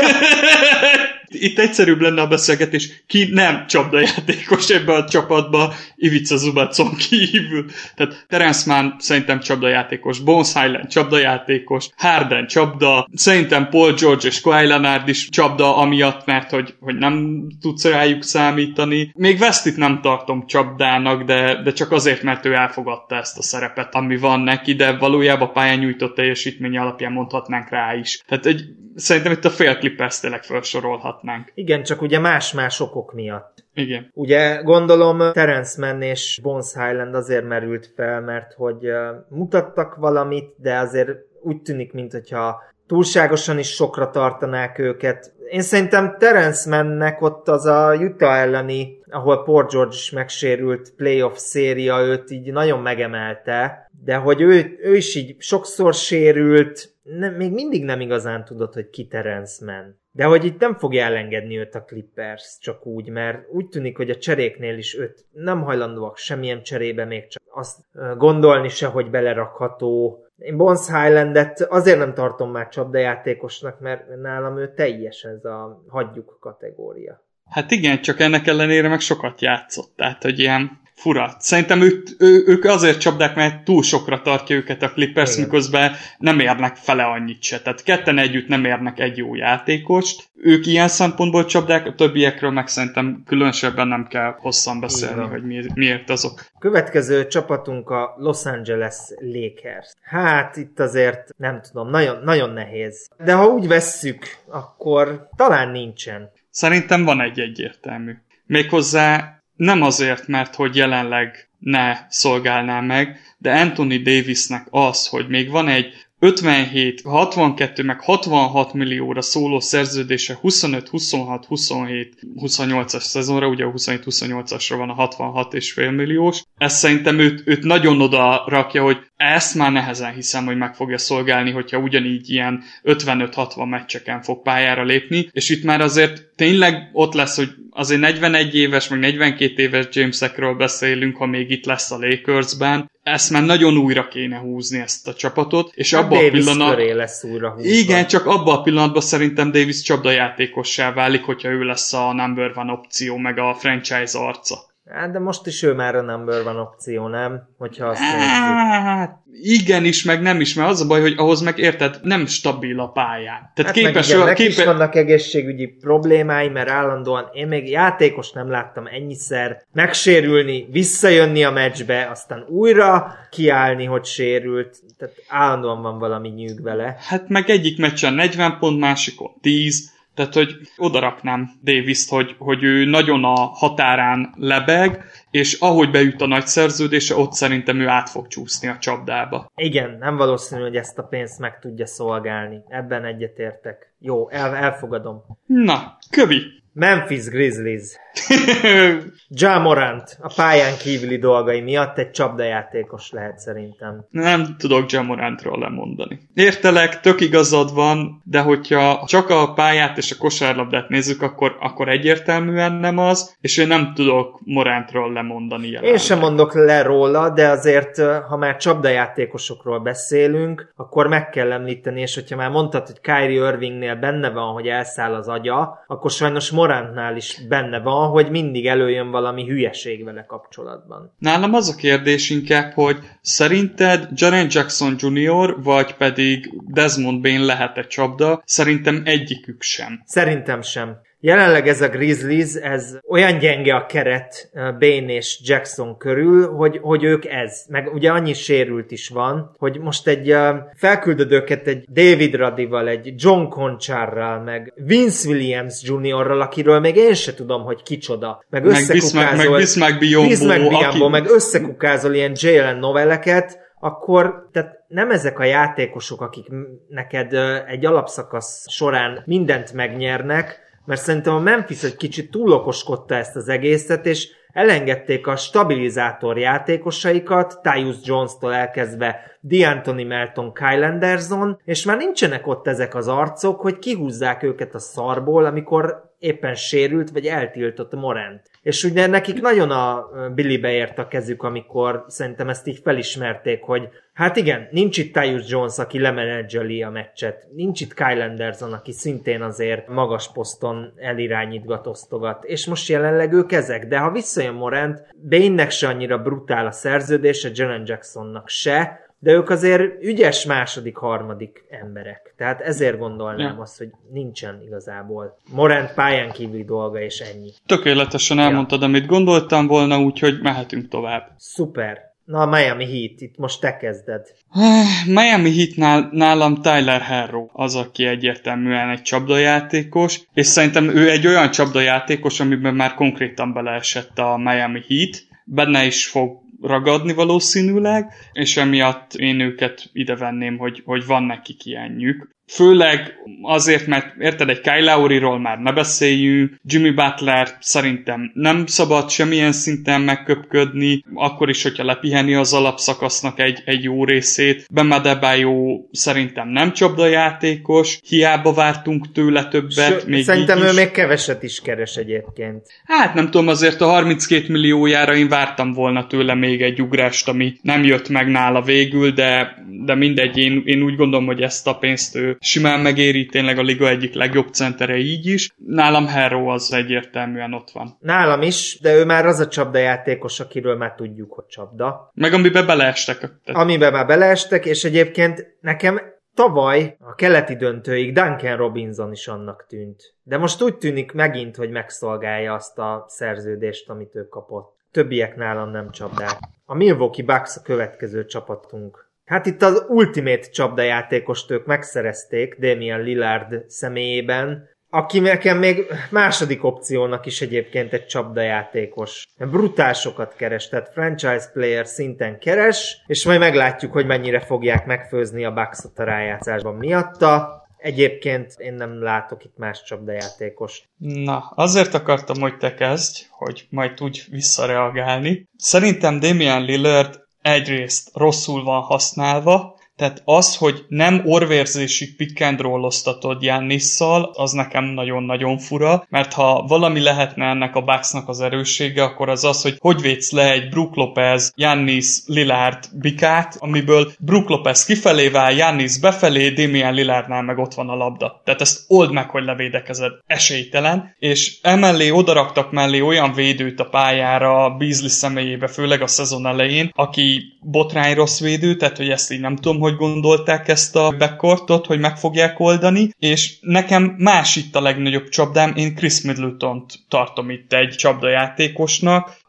Itt egyszerűbb lenne a beszélgetés, ki nem csapdajátékos ebbe a csapatba, Ivica Zubacon kívül. Tehát Terence Mann szerintem csapdajátékos, Bones Hyland csapdajátékos, Harden csapda, szerintem Paul George és Kawhi Leonard is csapda amiatt, mert hogy nem tudsz rájuk számítani. Még Westit nem tartom csapdának, de csak azért, mert ő elfogadta ezt a szerepet, ami van neki, de valójában pályán nyújtott teljesítmény alapján mondhatnánk rá is. Tehát szerintem itt a fél Clippers tényleg felsorolhatnánk. Igen, csak ugye más-más okok miatt. Igen. Ugye gondolom Terence Mann és Bones Hyland azért merült fel, mert hogy mutattak valamit, de azért úgy tűnik, mintha túlságosan is sokra tartanák őket. Én szerintem Terence Mannnek ott az a Utah elleni, ahol Paul George is megsérült playoff széria, őt így nagyon megemelte, de hogy ő is így sokszor sérült, még mindig nem igazán tudod, hogy ki Terence Mann. De hogy itt nem fogja elengedni őt a Clippers csak úgy, mert úgy tűnik, hogy a cseréknél is őt nem hajlandóak semmilyen cserébe még csak azt gondolni se, hogy belerakható. Én Bones Hylandet azért nem tartom már csapdajátékosnak, mert nálam ő teljesen ez a hagyjuk kategória. Hát igen, csak ennek ellenére meg sokat játszott, tehát hogy ilyen fura. Szerintem ők azért csapdák, mert túl sokra tartja őket a Clippers, miközben nem érnek fele annyit se. Tehát ketten együtt nem érnek egy jó játékost. Ők ilyen szempontból csapdák, a többiekről meg szerintem különösebben nem kell hosszan beszélni, hogy miért azok. Következő csapatunk a Los Angeles Lakers. Hát itt azért nem tudom, nagyon, nagyon nehéz. De ha úgy vesszük, akkor talán nincsen. Szerintem van egy egyértelmű. Méghozzá nem azért, mert hogy jelenleg ne szolgálná meg, de Anthony Davisnek az, hogy még van egy 57, 62, meg 66 millióra szóló szerződése 25, 26, 27, 28-as szezonra, ugye a 27-28-asra van a 66,5 milliós. Ez szerintem őt nagyon oda rakja, hogy ezt már nehezen hiszem, hogy meg fogja szolgálni, hogyha ugyanígy ilyen 55-60 meccseken fog pályára lépni, és itt már azért tényleg ott lesz, hogy azért 41 éves, meg 42 éves Jamesekről beszélünk, ha még itt lesz a Lakersben. Ezt már nagyon újra kéne húzni ezt a csapatot, és abban a pillanatban lesz újra húzva. Igen, csak abban a pillanatban szerintem Davis csapdajátékossá válik, hogyha ő lesz a number one opció, meg a franchise arca. Hát, de most is ő már a number one opció, nem? Hogyha azt hát, igenis, meg nem is, mert az a baj, hogy ahhoz meg érted, nem stabil a pályán. Tehát hát képes, meg is vannak egészségügyi problémái, mert állandóan én még játékos nem láttam ennyiszer megsérülni, visszajönni a meccsbe, aztán újra kiállni, hogy sérült. Tehát állandóan van valami nyűg vele. Hát meg egyik meccsen 40 pont, másikon 10, Tehát, hogy odaraknám Davis-t, hogy ő nagyon a határán lebeg, és ahogy beüt a nagy szerződése, ott szerintem ő át fog csúszni a csapdába. Igen, nem valószínű, hogy ezt a pénzt meg tudja szolgálni. Ebben egyetértek. Jó, elfogadom. Na, kövi! Memphis Grizzlies. Ja Morant a pályán kívüli dolgai miatt egy csapdajátékos lehet szerintem. Nem tudok Ja Morantról lemondani. Értelek, tök igazad van, de hogyha csak a pályát és a kosárlabdát nézzük, akkor egyértelműen nem az, és én nem tudok Morantról lemondani jelenleg. Én sem mondok le róla, de azért, ha már csapdajátékosokról beszélünk, akkor meg kell említeni, és hogyha már mondtad, hogy Kyrie Irvingnél benne van, hogy elszáll az agya, akkor sajnos Morantnál is benne van, hogy mindig előjön valami hülyeség vele kapcsolatban. Nálam az a kérdés inkább, hogy szerinted Jaren Jackson Jr. vagy pedig Desmond Bane lehet egy csapda? Szerintem egyikük sem. Szerintem sem. Jelenleg ez a Grizzlies, ez olyan gyenge a keret Bane és Jackson körül, hogy ők ez. Meg ugye annyi sérült is van, hogy most felküldöd őket egy David Radival, egy John Conchárral, meg Vince Williams Jr.-ral, akiről még én se tudom, hogy kicsoda. Meg Bismack Biyombo, meg összekukázol ilyen Jalen Novelleket, akkor tehát nem ezek a játékosok, akik neked egy alapszakasz során mindent megnyernek, mert szerintem a Memphis egy kicsit túl okoskodta ezt az egészet, és elengedték a stabilizátor játékosaikat, Tyus Jones-tól elkezdve D'Anthony Melton, Kyle Anderson, és már nincsenek ott ezek az arcok, hogy kihúzzák őket a szarból, amikor éppen sérült, vagy eltiltott Morant. És ugye nekik nagyon a Billybe ért a kezük, amikor szerintem ezt így felismerték, hogy hát igen, nincs itt Tyus Jones, aki lemenedzseli a meccset, nincs itt Kyle Anderson, aki szintén azért magas poszton elirányítgat, osztogat, és most jelenleg ők ezek, de ha visszajön Morant, Bane-nek se annyira brutál a szerződése, Jaren Jacksonnak se, de ők azért ügyes második, harmadik emberek. Tehát ezért gondolnám azt, hogy nincsen igazából Morant pályán kívüli dolga, és ennyi. Tökéletesen elmondtad, amit gondoltam volna, úgyhogy mehetünk tovább. Szuper. Na, a Miami Heat, itt most te kezded. Miami Heat nálam Tyler Herro az, aki egyértelműen egy csapdajátékos, és szerintem ő egy olyan csapdajátékos, amiben már konkrétan beleesett a Miami Heat, benne is fog ragadni valószínűleg, és emiatt én őket ide venném, hogy van nekik ilyenjük. Főleg azért, mert érted, egy Kyle Lowryról már ne beszéljünk, Jimmy Butler szerintem nem szabad semmilyen szinten megköpködni, akkor is, hogyha lepiheni az alapszakasznak egy jó részét. Bam Adebayo szerintem nem csapdajátékos, hiába vártunk tőle többet. Még szerintem ő még keveset is keres egyébként. Hát nem tudom, azért a 32 milliójára én vártam volna tőle még egy ugrást, ami nem jött meg nála végül, de mindegy, én úgy gondolom, hogy ezt a pénzt ő simán megéri, tényleg a liga egyik legjobb centere így is. Nálam Herro az egyértelműen ott van. Nálam is, de ő már az a csapdajátékos, akiről már tudjuk, hogy csapda. Meg amiben beleestek. Amiben már beleestek, és egyébként nekem tavaly a keleti döntőig Duncan Robinson is annak tűnt. De most úgy tűnik megint, hogy megszolgálja azt a szerződést, amit ő kapott. Többiek nálam nem csapdák. A Milwaukee Bucks a következő csapatunk. Hát itt az ultimate csapdajátékost ők megszerezték Damian Lillard személyében, aki nekem még második opciónak is egyébként egy csapdajátékos. Brutál sokat keres, tehát franchise player szinten keres, és majd meglátjuk, hogy mennyire fogják megfőzni a Bucksot a rájátszásban miatta. Egyébként én nem látok itt más csapdajátékost. Na, azért akartam, hogy te kezdj, hogy majd tudj visszareagálni. Szerintem Damian Lillard egyrészt rosszul van használva, tehát az, hogy nem orvérzésig pick and roll-oztatod Giannisszal, az nekem nagyon-nagyon fura, mert ha valami lehetne ennek a Bucksnak az erőssége, akkor az, hogy védsz le egy Brook Lopez, Giannis, Lillard bikát, amiből Brook Lopez kifelé vál, Giannis befelé, Damian Lillardnál meg ott van a labda. Tehát ezt old meg, hogy levédekezed. Esélytelen. És emellé odaraktak mellé olyan védőt a pályára Beasley személyébe, főleg a szezon elején, aki botrány rossz védő, tehát hogy ezt így nem tudom, hogy gondolták ezt a backcourtot, hogy meg fogják oldani, és nekem más itt a legnagyobb csapdám, én Chris Middletont tartom itt egy csapdajátékosnak,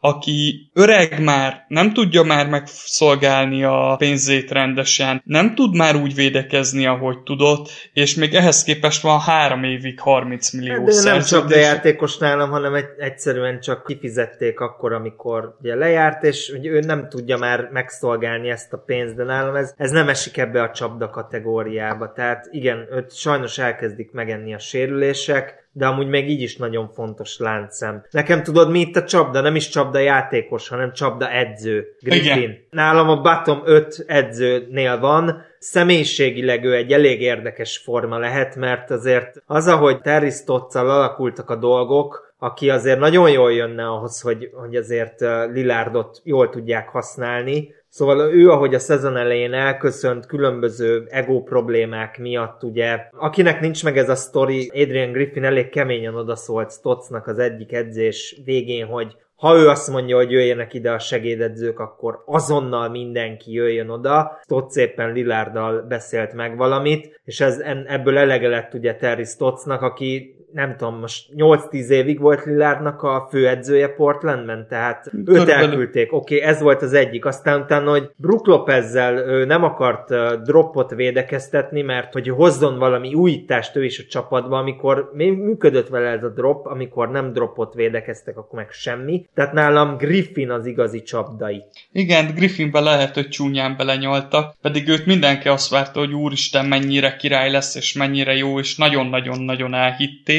aki öreg már, nem tudja már megszolgálni a pénzét rendesen, nem tud már úgy védekezni, ahogy tudott, és még ehhez képest van 3 évig 30 millió de szerződés. nem csapdajátékos nálam, hanem egyszerűen csak kifizették akkor, amikor ugye lejárt, és hogy ő nem tudja már megszolgálni ezt a pénzt, de nálam ez nem esik ebbe a csapda kategóriába. Tehát igen, őt sajnos elkezdik megenni a sérülések, de amúgy még így is nagyon fontos láncszem. Nekem tudod, mi itt a csapda? Nem is csapda játékos, hanem csapda edző. Griffin. Igen. Nálam a bottom 5 edzőnél van. Személyiségileg ő egy elég érdekes forma lehet, mert azért az, ahogy Terry Stotts-al alakultak a dolgok, aki azért nagyon jól jönne ahhoz, hogy azért Lillardot jól tudják használni. Szóval ő, ahogy a szezon elején elköszönt különböző ego problémák miatt, ugye, akinek nincs meg ez a sztori, Adrian Griffin elég keményen odaszólt Stottsnak az egyik edzés végén, hogy ha ő azt mondja, hogy jöjjenek ide a segédedzők, akkor azonnal mindenki jöjjön oda. Stotts éppen Lillarddal beszélt meg valamit, és ebből elege lett ugye Terry Stottsnak, aki nem tudom, most 8-10 évig volt Lillardnak a főedzője Portlandben, tehát őt elküldték. Oké, ez volt az egyik. Aztán utána, hogy Brook Lopezzel ő nem akart droppot védekeztetni, mert hogy hozzon valami újítást ő is a csapatba, amikor működött vele ez a drop, amikor nem droppot védekeztek, akkor meg semmi. Tehát nálam Griffin az igazi csapdai. Igen, Griffinbe lehet, hogy csúnyán belenyaltak, pedig őt mindenki azt várta, hogy úristen mennyire király lesz, és mennyire jó, és nagyon-nagyon-nagyon elhitték,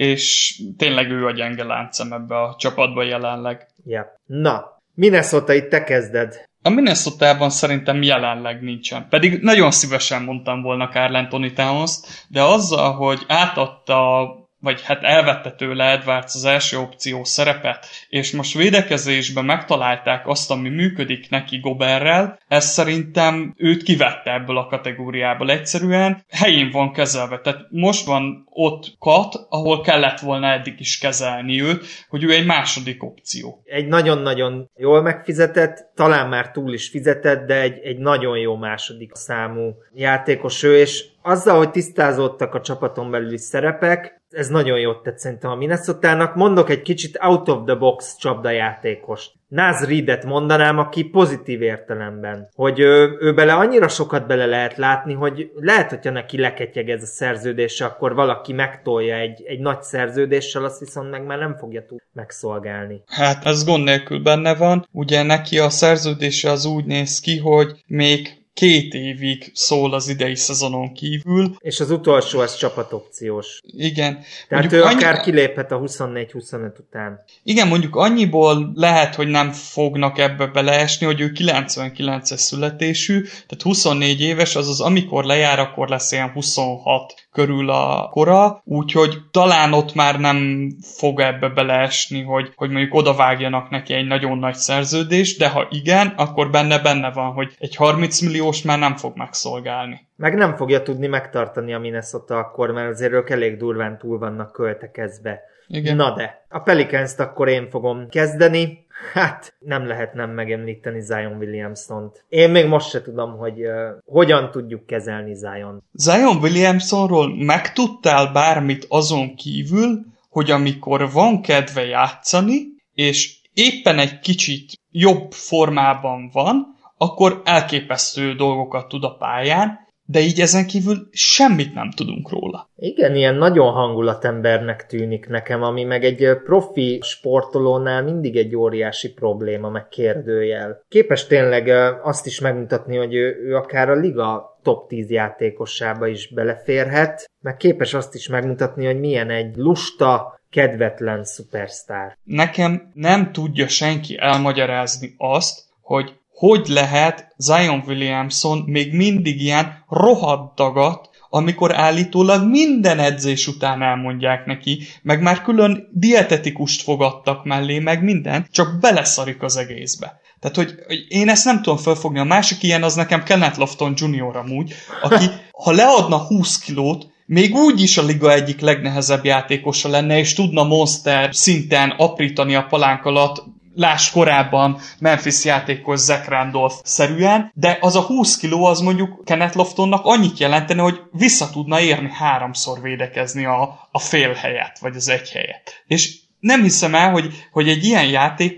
és tényleg ő a gyenge láncem ebbe a csapatba jelenleg. Ja. Na, Minnesota, itt te kezded. A Minnesotában szerintem jelenleg nincsen. Pedig nagyon szívesen mondtam volna Karl Anthony Towns-t, de azzal, hogy átadta, vagy hát elvette tőle Edwards az első opció szerepet, és most védekezésben megtalálták azt, ami működik neki Goberrel, ez szerintem őt kivette ebből a kategóriából egyszerűen. Helyén van kezelve, tehát most van ott Kat, ahol kellett volna eddig is kezelni őt, hogy ő egy második opció. Egy nagyon-nagyon jól megfizetett, talán már túl is fizetett, de egy nagyon jó második számú játékos ő, és azzal, hogy tisztázódtak a csapaton belüli szerepek, ez nagyon jót tett szerintem a Minnesotának. Mondok egy kicsit out of the box csapdajátékost. Naz Reedet mondanám, aki pozitív értelemben. Hogy ő bele annyira sokat bele lehet látni, hogy lehet, hogyha neki leketyeg ez a szerződése, akkor valaki megtolja egy nagy szerződéssel, azt viszont meg már nem fogja tudni megszolgálni. Hát ez gond nélkül benne van. Ugye neki a szerződése az úgy néz ki, hogy még 2 évig szól az idei szezonon kívül. És az utolsó az csapatopciós. Igen. Tehát ő akár kiléphet a 24-25 után. Igen, mondjuk annyiból lehet, hogy nem fognak ebbe beleesni, hogy ő 99-es születésű, tehát 24 éves, azaz amikor lejár, akkor lesz ilyen 26 körül a kora, úgyhogy talán ott már nem fog ebbe beleesni, hogy mondjuk odavágjanak neki egy nagyon nagy szerződést, de ha igen, akkor benne van, hogy egy 30 milliós már nem fog megszolgálni. Meg nem fogja tudni megtartani a Minnesota akkor, mert azért ők elég durván túl vannak költekezve. Igen. Na de, a Pelicans-t akkor én fogom kezdeni. Hát, nem lehet nem megemlíteni Zion Williamsont. Én még most se tudom, hogy hogyan tudjuk kezelni Zion. Zion Williamsonról megtudtál bármit azon kívül, hogy amikor van kedve játszani, és éppen egy kicsit jobb formában van, akkor elképesztő dolgokat tud a pályán, de így ezen kívül semmit nem tudunk róla. Igen, ilyen nagyon hangulatembernek tűnik nekem, ami meg egy profi sportolónál mindig egy óriási probléma, meg kérdőjel. Képes tényleg azt is megmutatni, hogy ő akár a liga top 10 játékosába is beleférhet, meg képes azt is megmutatni, hogy milyen egy lusta, kedvetlen szupersztár. Nekem nem tudja senki elmagyarázni azt, hogy lehet Zion Williamson még mindig ilyen rohadt dagat, amikor állítólag minden edzés után elmondják neki, meg már külön dietetikust fogadtak mellé, meg minden, csak beleszarik az egészbe. Tehát, hogy én ezt nem tudom felfogni. A másik ilyen az nekem Kenneth Lofton Jr. amúgy, aki ha leadna 20 kilót, még úgy is a liga egyik legnehezebb játékosa lenne, és tudna monster szinten aprítani a palánk alatt, láss korábban Memphis játékos Zach Randolph-szerűen, de az a 20 kiló az mondjuk Kenneth Loftonnak annyit jelentene, hogy vissza tudna érni 3-szor védekezni a fél helyet, vagy az egy helyet. És nem hiszem el, hogy egy ilyen játékos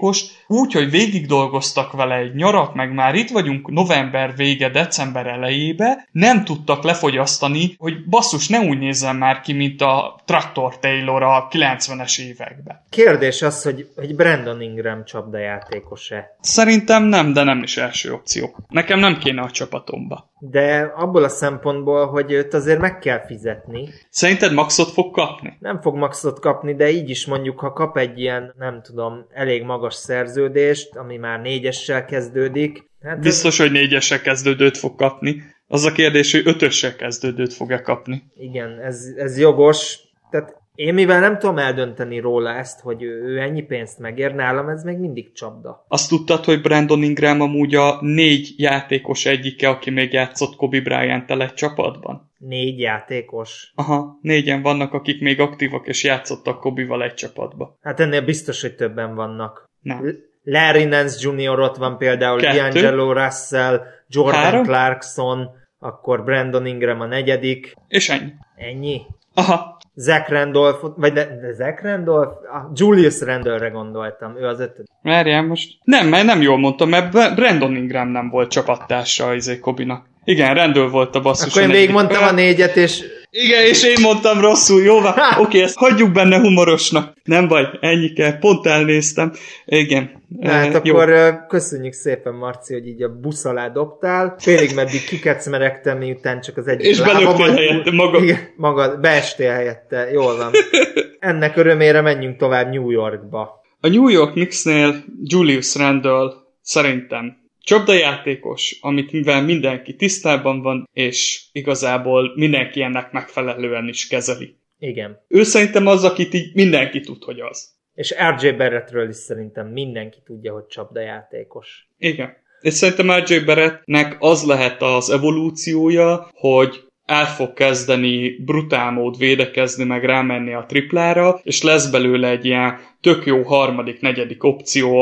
úgy, hogy végig dolgoztak vele egy nyarat, meg már itt vagyunk november vége, december elejébe, nem tudtak lefogyasztani, hogy basszus, ne úgy nézzen már ki, mint a Traktor Taylor a 90-es években. Kérdés az, hogy Brandon Ingram csapdajátékos-e? Szerintem nem, de nem is első opció. Nekem nem kéne a csapatomba. De abból a szempontból, hogy őt azért meg kell fizetni. Szerinted maxot fog kapni? Nem fog maxot kapni, de így is mondjuk, ha kap egy ilyen, nem tudom, elég magas szerződést, ami már 4-essel kezdődik. Hát biztos, hogy 4-essel kezdődőt fog kapni. Az a kérdés, hogy 5-össel kezdődőt fog-e kapni. Igen, ez jogos. Tehát én mivel nem tudom eldönteni róla ezt, hogy ő ennyi pénzt megér, nálam ez még mindig csapda. Azt tudtad, hogy Brandon Ingram amúgy a 4 játékos egyike, aki még játszott Kobe Bryant-tel egy csapatban? 4 játékos? Aha, 4-en vannak, akik még aktívak és játszottak Kobe-val egy csapatba. Hát ennél biztos, hogy többen vannak. Nem. Larry Nance Jr. ott van például, 2. D'Angelo Russell, Jordan 3. Clarkson, akkor Brandon Ingram a 4. És ennyi. Ennyi? Aha. Zach Randolph, vagy de Zach Randolph? Julius Randle-re gondoltam, ő az 5. Várjál most. Nem, mert nem jól mondtam, mert Brandon Ingram nem volt csapattársa Kobe-nak. Igen, Randle volt a basszus. Akkor én végigmondtam a 4-et, és... Igen, és én mondtam rosszul, jó van. Oké, ezt hagyjuk benne humorosnak. Nem baj, ennyi kell, pont elnéztem. Igen. Hát akkor köszönjük szépen, Marci, hogy így a busz alá dobtál. Félig meddig kikecmeregtem, miután csak az egyik és belöktél helyette magad. Igen, magad, beestél helyette, jól van. Ennek örömére menjünk tovább New Yorkba. A New York Knicksnél Julius Randle szerintem csapdajátékos, amit mivel mindenki tisztában van, és igazából mindenki ennek megfelelően is kezeli. Igen. Ő szerintem az, akit így mindenki tud, hogy az. És RJ Barrettről is szerintem mindenki tudja, hogy csapdajátékos. Igen. És szerintem RJ Barrettnek az lehet az evolúciója, hogy el fog kezdeni brutál mód védekezni, meg rámenni a triplára, és lesz belőle egy ilyen tök jó 3., 4. opció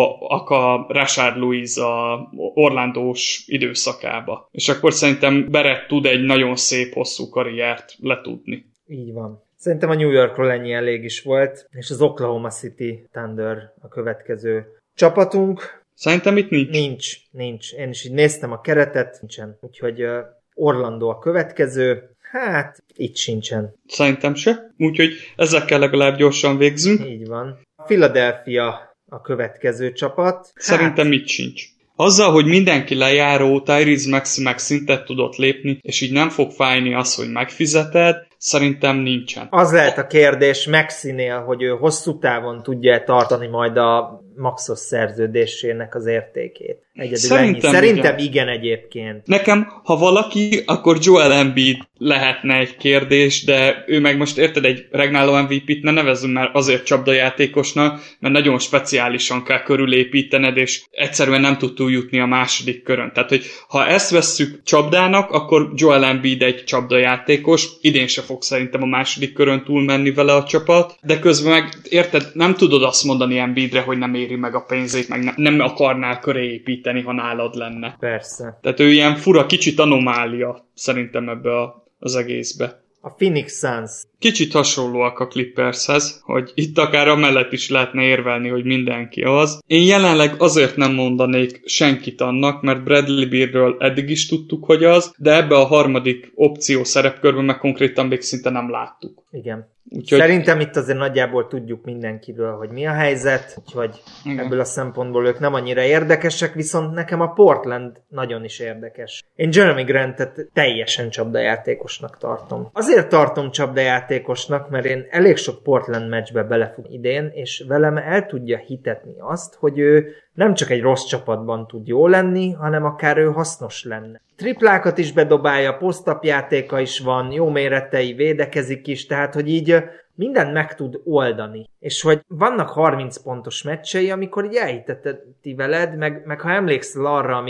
a Rashard Lewis a Orlandós időszakába. És akkor szerintem Barrett tud egy nagyon szép, hosszú karriert letudni. Így van. Szerintem a New Yorkról ennyi elég is volt, és az Oklahoma City Thunder a következő csapatunk. Szerintem itt nincs. Nincs. Én is így néztem a keretet, nincsen. Úgyhogy Orlando a következő. Hát, itt sincsen. Szerintem se. Úgyhogy ezekkel legalább gyorsan végzünk. Így van. Philadelphia a következő csapat. Szerintem itt sincs. Azzal, hogy mindenki lejáró, Tyrese Maxey meg szintet tudott lépni, és így nem fog fájni az, hogy megfizeted, szerintem nincsen. Az lehet a kérdés Maxey-nél, hogy ő hosszú távon tudja tartani majd a maxos szerződésének az értékét. Szerintem igen egyébként. Nekem, ha valaki, akkor Joel Embiid lehetne egy kérdés, de ő meg most érted, egy regnáló MVP-t ne nevezzünk már azért csapdajátékosnak, mert nagyon speciálisan kell körülépítened, és egyszerűen nem tud túljutni a második körön. Tehát, hogy ha ezt vesszük csapdának, akkor Joel Embiid egy csapdajátékos, idén se fog szerintem a második körön túlmenni vele a csapat, de közben meg érted, nem tudod azt mondani Embiidre, hogy nem éri meg a pénzét, meg nem akarnál köré építeni, ha nálad lenne. Persze. Tehát ő ilyen fura, kicsit anomália szerintem ebbe az egészbe. A Phoenix Suns. Kicsit hasonlóak a Clippershez, hogy itt akár amellett is lehetne érvelni, hogy mindenki az. Én jelenleg azért nem mondanék senkit annak, mert Bradley Bealről eddig is tudtuk, hogy az, de ebbe a 3. opció szerepkörben meg konkrétan még szinte nem láttuk. Igen. Úgyhogy... Szerintem itt azért nagyjából tudjuk mindenkiről, hogy mi a helyzet, úgyhogy ebből a szempontból ők nem annyira érdekesek, viszont nekem a Portland nagyon is érdekes. Én Jeremy Grantet teljesen csapdajátékosnak tartom. Azért tartom csapdajátékosnak, mert én elég sok Portland meccsbe belefog idén, és velem el tudja hitetni azt, hogy ő nem csak egy rossz csapatban tud jó lenni, hanem akár ő hasznos lenne. Triplákat is bedobálja, posztap játéka is van, jó méretei, védekezik is, tehát hogy így mindent meg tud oldani. És hogy vannak 30 pontos meccsei, amikor így elhiteti veled, meg ha emlékszel arra,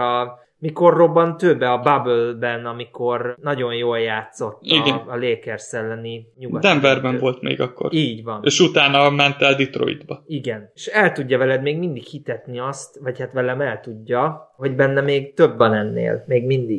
mikor robbant ő be a Bubble-ben, amikor nagyon jól játszott a Lakers elleni nyugati. Denverben volt még akkor. Így van. És utána ment el Detroitba. Igen. És el tudja veled még mindig hitetni azt, vagy hát velem el tudja, hogy benne még több van ennél. Még mindig.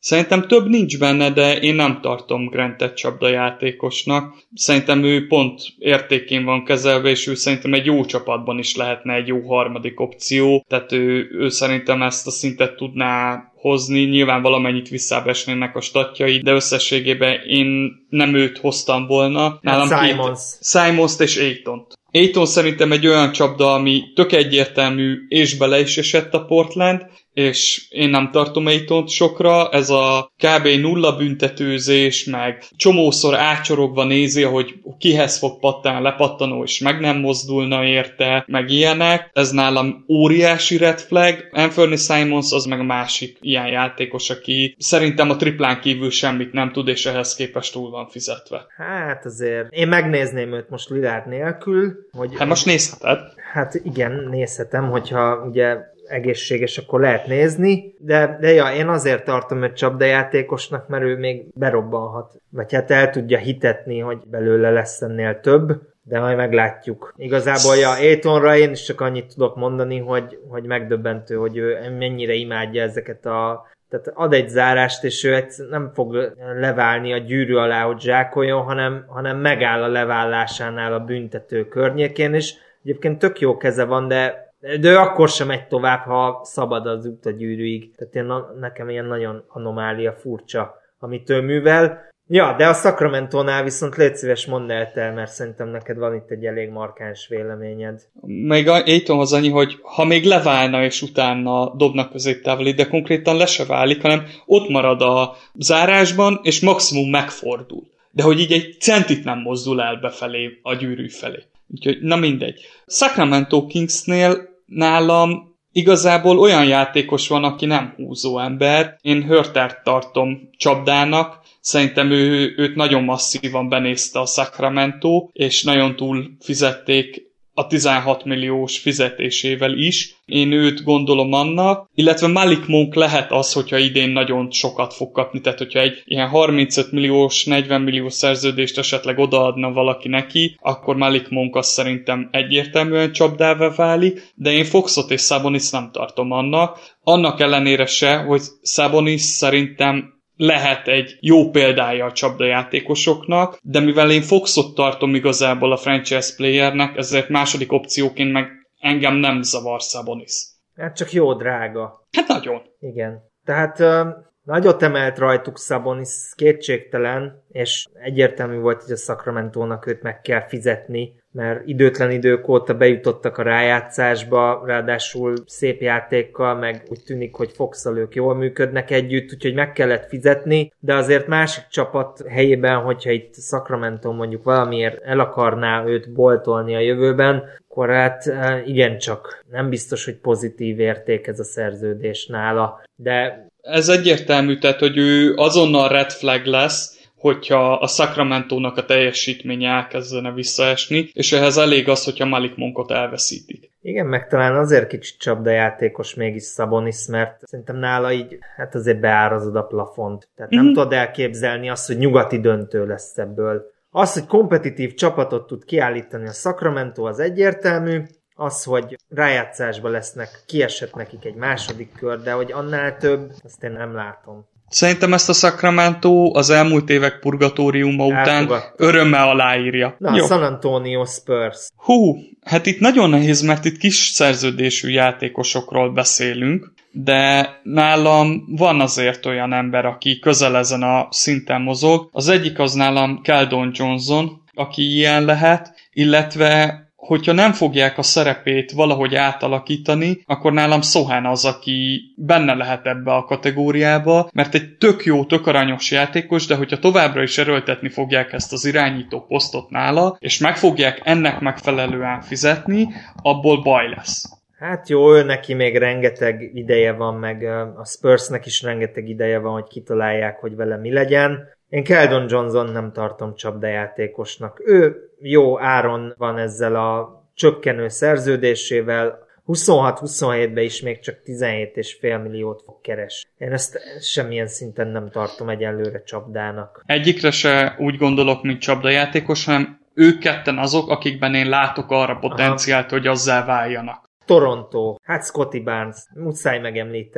Szerintem több nincs benne, de én nem tartom Grantet csapdajátékosnak. Szerintem ő pont értékén van kezelve, és ő szerintem egy jó csapatban is lehetne egy jó harmadik opció, tehát ő szerintem ezt a szintet tudná hozni, nyilván valamennyit visszábbesnének a statjai, de összességében én nem őt hoztam volna. Nálam Simons-t és Aytont. Ayton szerintem egy olyan csapda, ami tök egyértelmű, és bele is esett a Portland, és én nem tartom Aytont sokra, ez a kb. Nulla büntetőzés, meg csomószor átcsorogva nézi, hogy kihez fog pattani, lepattanó, és meg nem mozdulna érte, meg ilyenek. Ez nálam óriási red flag. Anthony Simons az meg a másik ilyen játékos, aki szerintem a triplán kívül semmit nem tud, és ehhez képest túl van fizetve. Hát azért én megnézném őt most Lillard nélkül. Hát most nézheted. Hát igen, nézhetem, hogyha ugye egészséges, akkor lehet nézni, de ja, én azért tartom őt csapdajátékosnak, mert ő még berobbanhat, vagy hát el tudja hitetni, hogy belőle lesz ennél több, de majd meglátjuk. Igazából Aytonra én is csak annyit tudok mondani, hogy megdöbbentő, hogy ő mennyire imádja ezeket tehát ad egy zárást, és ő nem fog leválni a gyűrű alá, hogy zsákoljon, hanem megáll a levállásánál a büntető környékén, és egyébként tök jó keze van, de ő akkor sem megy tovább, ha szabad az út a gyűrűig. Tehát nekem ilyen nagyon anomália, furcsa, amit ő művel. Ja, de a Sacramento-nál viszont légy szíves, mondd el te, mert szerintem neked van itt egy elég markáns véleményed. Még Aytonhoz annyi, hogy ha még leválna és utána dobnak középtávoli, de konkrétan le se válik, hanem ott marad a zárásban, és maximum megfordul. De hogy így egy centit nem mozdul el befelé a gyűrű felé. Úgyhogy na mindegy. Sacramento Kingsnél nálam igazából olyan játékos van, aki nem húzó ember. Én Hurtert tartom csapdának. Szerintem őt nagyon masszívan benézte a Sacramento, és nagyon túl fizették a 16 milliós fizetésével is. Én őt gondolom annak, illetve Malik Monk lehet az, hogyha idén nagyon sokat fog kapni, tehát hogyha egy ilyen 35 milliós, 40 milliós szerződést esetleg odaadna valaki neki, akkor Malik Monk az szerintem egyértelműen csapdává válik, de én Foxot és Sabonis nem tartom annak ellenére se, hogy Sabonis szerintem lehet egy jó példája a csapdajátékosoknak, de mivel én Foxot tartom igazából a franchise playernek, ezért második opcióként meg engem nem zavar Sabonis. Hát csak jó drága. Hát nagyon. Igen. Tehát nagyot emelt rajtuk Sabonis, kétségtelen, és egyértelmű volt, hogy a Sacramento-nak őt meg kell fizetni, mert időtlen idők óta bejutottak a rájátszásba, ráadásul szép játékkal, meg úgy tűnik, hogy Fox-szal ők jól működnek együtt, úgyhogy meg kellett fizetni, de azért másik csapat helyében, hogyha itt Sacramento mondjuk valamiért el akarná őt boltolni a jövőben, akkor hát igencsak nem biztos, hogy pozitív érték ez a szerződés nála, de ez egyértelmű, tehát, hogy ő azonnal red flag lesz, hogyha a Sacramento-nak a teljesítménye elkezdene visszaesni, és ehhez elég az, hogyha Malik Monkot elveszítik. Igen, meg talán azért kicsit csapdajátékos mégis Sabonis, mert szerintem nála így, hát azért beárazod a plafont. Tehát nem tudod elképzelni azt, hogy nyugati döntő lesz ebből. Az, hogy kompetitív csapatot tud kiállítani a Sacramento, az egyértelmű. Az, hogy rájátszásba lesznek, kiesett nekik egy második kör, de hogy annál több, azt én nem látom. Szerintem ezt a Sacramento az elmúlt évek purgatóriuma után örömmel aláírja. Na, jó. San Antonio Spurs. Hát itt nagyon nehéz, mert itt kis szerződésű játékosokról beszélünk, de nálam van azért olyan ember, aki közel ezen a szinten mozog. Az egyik az nálam Keldon Johnson, aki ilyen lehet, illetve hogyha nem fogják a szerepét valahogy átalakítani, akkor nálam Sohan az, aki benne lehet ebbe a kategóriába, mert egy tök jó, tök aranyos játékos, de hogyha továbbra is erőltetni fogják ezt az irányító posztot nála, és meg fogják ennek megfelelően fizetni, abból baj lesz. Hát jó, ő neki még rengeteg ideje van, meg a Spursnek is rengeteg ideje van, hogy kitalálják, hogy vele mi legyen. Én Keldon Johnson nem tartom csapdajátékosnak. Ő jó áron van ezzel a csökkenő szerződésével, 26-27-ben is még csak 17,5 milliót fog keresni. Én ezt semmilyen szinten nem tartom egyelőre csapdának. Egyikre se úgy gondolok, mint csapdajátékos, hanem ők ketten azok, akikben én látok arra potenciált, hogy azzá váljanak. Toronto, hát Scottie Barnes, muszáj megemlíteni.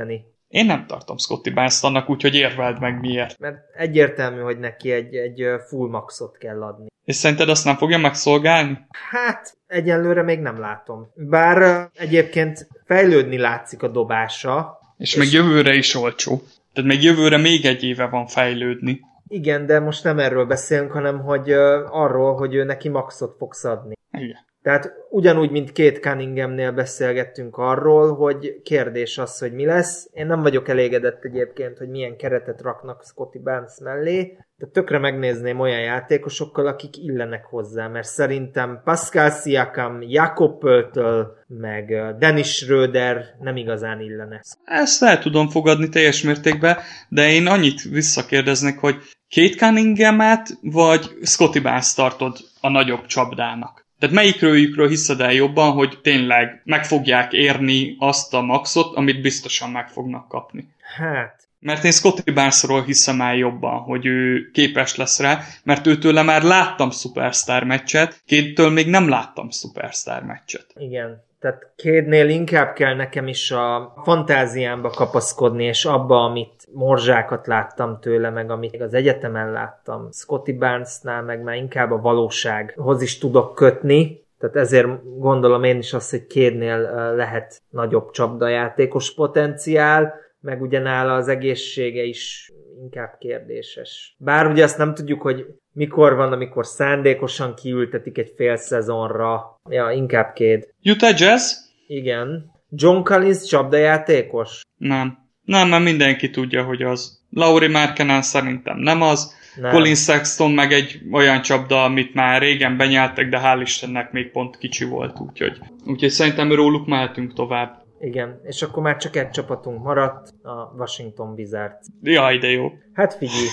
Én nem tartom Scottie Barnes annak, úgyhogy érveld meg miért. Mert egyértelmű, hogy neki egy full maxot kell adni. És szerinted azt nem fogja megszolgálni? Hát, egyelőre még nem látom. Bár egyébként fejlődni látszik a dobása. És még jövőre is olcsó. Tehát még jövőre még egy éve van fejlődni. Igen, de most nem erről beszélünk, hanem hogy arról, hogy ő neki maxot fogsz adni. Igen. Tehát ugyanúgy, mint Kate Cunninghamnél beszélgettünk arról, hogy kérdés az, hogy mi lesz. Én nem vagyok elégedett egyébként, hogy milyen keretet raknak Scottie Barnes mellé, de tökre megnézném olyan játékosokkal, akik illenek hozzá, mert szerintem Pascal Siakam, Jakob Poeltl, meg Dennis Schröder nem igazán illene. Ezt el tudom fogadni teljes mértékben, de én annyit visszakérdeznek, hogy Kate Cunningham-et vagy Scottie Barnes tartod a nagyobb csapdának? Tehát melyikről hiszed el jobban, hogy tényleg meg fogják érni azt a maxot, amit biztosan meg fognak kapni? Hát... Mert én Scottie Barnesról hiszem el jobban, hogy ő képes lesz rá, mert őtőle már láttam szupersztár meccset, Kate-től még nem láttam szupersztár meccset. Igen. Tehát Cade-nél inkább kell nekem is a fantáziámba kapaszkodni, és abba, amit morzsákat láttam tőle, meg amit az egyetemen láttam. Scottie Barnesnál meg már inkább a valósághoz is tudok kötni, tehát ezért gondolom én is azt, hogy Cade-nél lehet nagyobb csapdajátékos potenciál, meg ugyanála az egészsége is inkább kérdéses. Bár ugye azt nem tudjuk, hogy mikor van, amikor szándékosan kiültetik egy fél szezonra. Ja, inkább Cade. Utah Jazz? Igen. John Collins csapdajátékos? Nem, mert mindenki tudja, hogy az. Lauri Markkanen szerintem nem az. Nem. Colin Sexton meg egy olyan csapda, amit már régen benyeltek, de hál' Istennek még pont kicsi volt, úgyhogy szerintem róluk mehetünk tovább. Igen, és akkor már csak egy csapatunk maradt, a Washington Wizards. Jaj, de jó. Hát figyelj.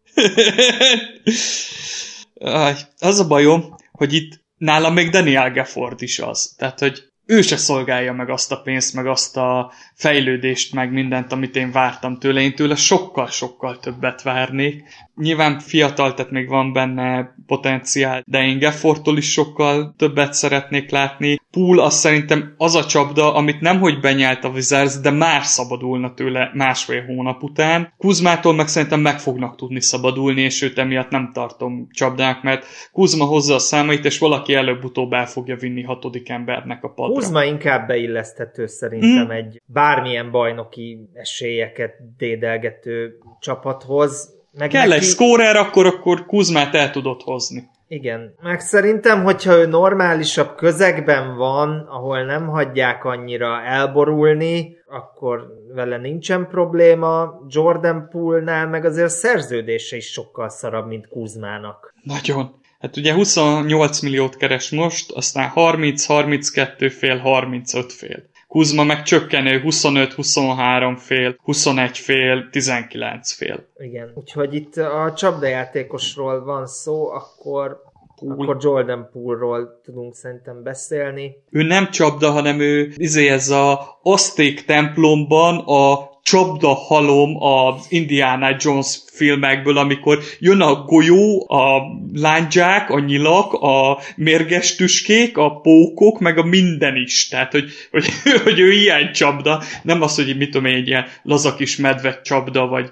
Az a bajom, hogy itt nálam még Daniel Gafford is az. Tehát, hogy ő se szolgálja meg azt a pénzt, meg azt a fejlődést, meg mindent, amit én vártam tőle. Én tőle sokkal-sokkal többet várnék. Nyilván fiatal, tehát még van benne potenciál, de én Gaffordtól is sokkal többet szeretnék látni. Poole az szerintem az a csapda, amit nemhogy benyelt a Wizards, de már szabadulna tőle másfél hónap után. Kuzmától meg szerintem meg fognak tudni szabadulni, és őt emiatt nem tartom csapdának, mert Kuzma hozza a számait, és valaki előbb-utóbb el fogja vinni 6. embernek a padra. Kuzma inkább beilleszthető szerintem egy bármilyen bajnoki esélyeket dédelgető csapathoz. Meg kell neki... egy szkórer, akkor Kuzmát el tudod hozni. Igen. Meg szerintem, hogyha ő normálisabb közegben van, ahol nem hagyják annyira elborulni, akkor vele nincsen probléma. Jordan Poole-nál meg azért a szerződése is sokkal szarabb, mint Kuzmának. Nagyon. Hát ugye 28 milliót keres most, aztán 30, 32 fél, 35 fél. Kuzma meg csökkenő 25, 23 fél, 21 fél, 19 fél. Igen, úgyhogy itt a csapdajátékosról van szó, akkor Jordan Poole-ról tudunk szerintem beszélni. Ő nem csapda, hanem ő ez a Azték templomban a csapda halom az Indiana Jones filmekből, amikor jön a golyó, a lándzsák, a nyilak, a mérges tüskék, a pókok, meg a minden is. Tehát, hogy ő ilyen csapda, nem az, hogy mit tudom én, egy ilyen laza kis medve csapda, vagy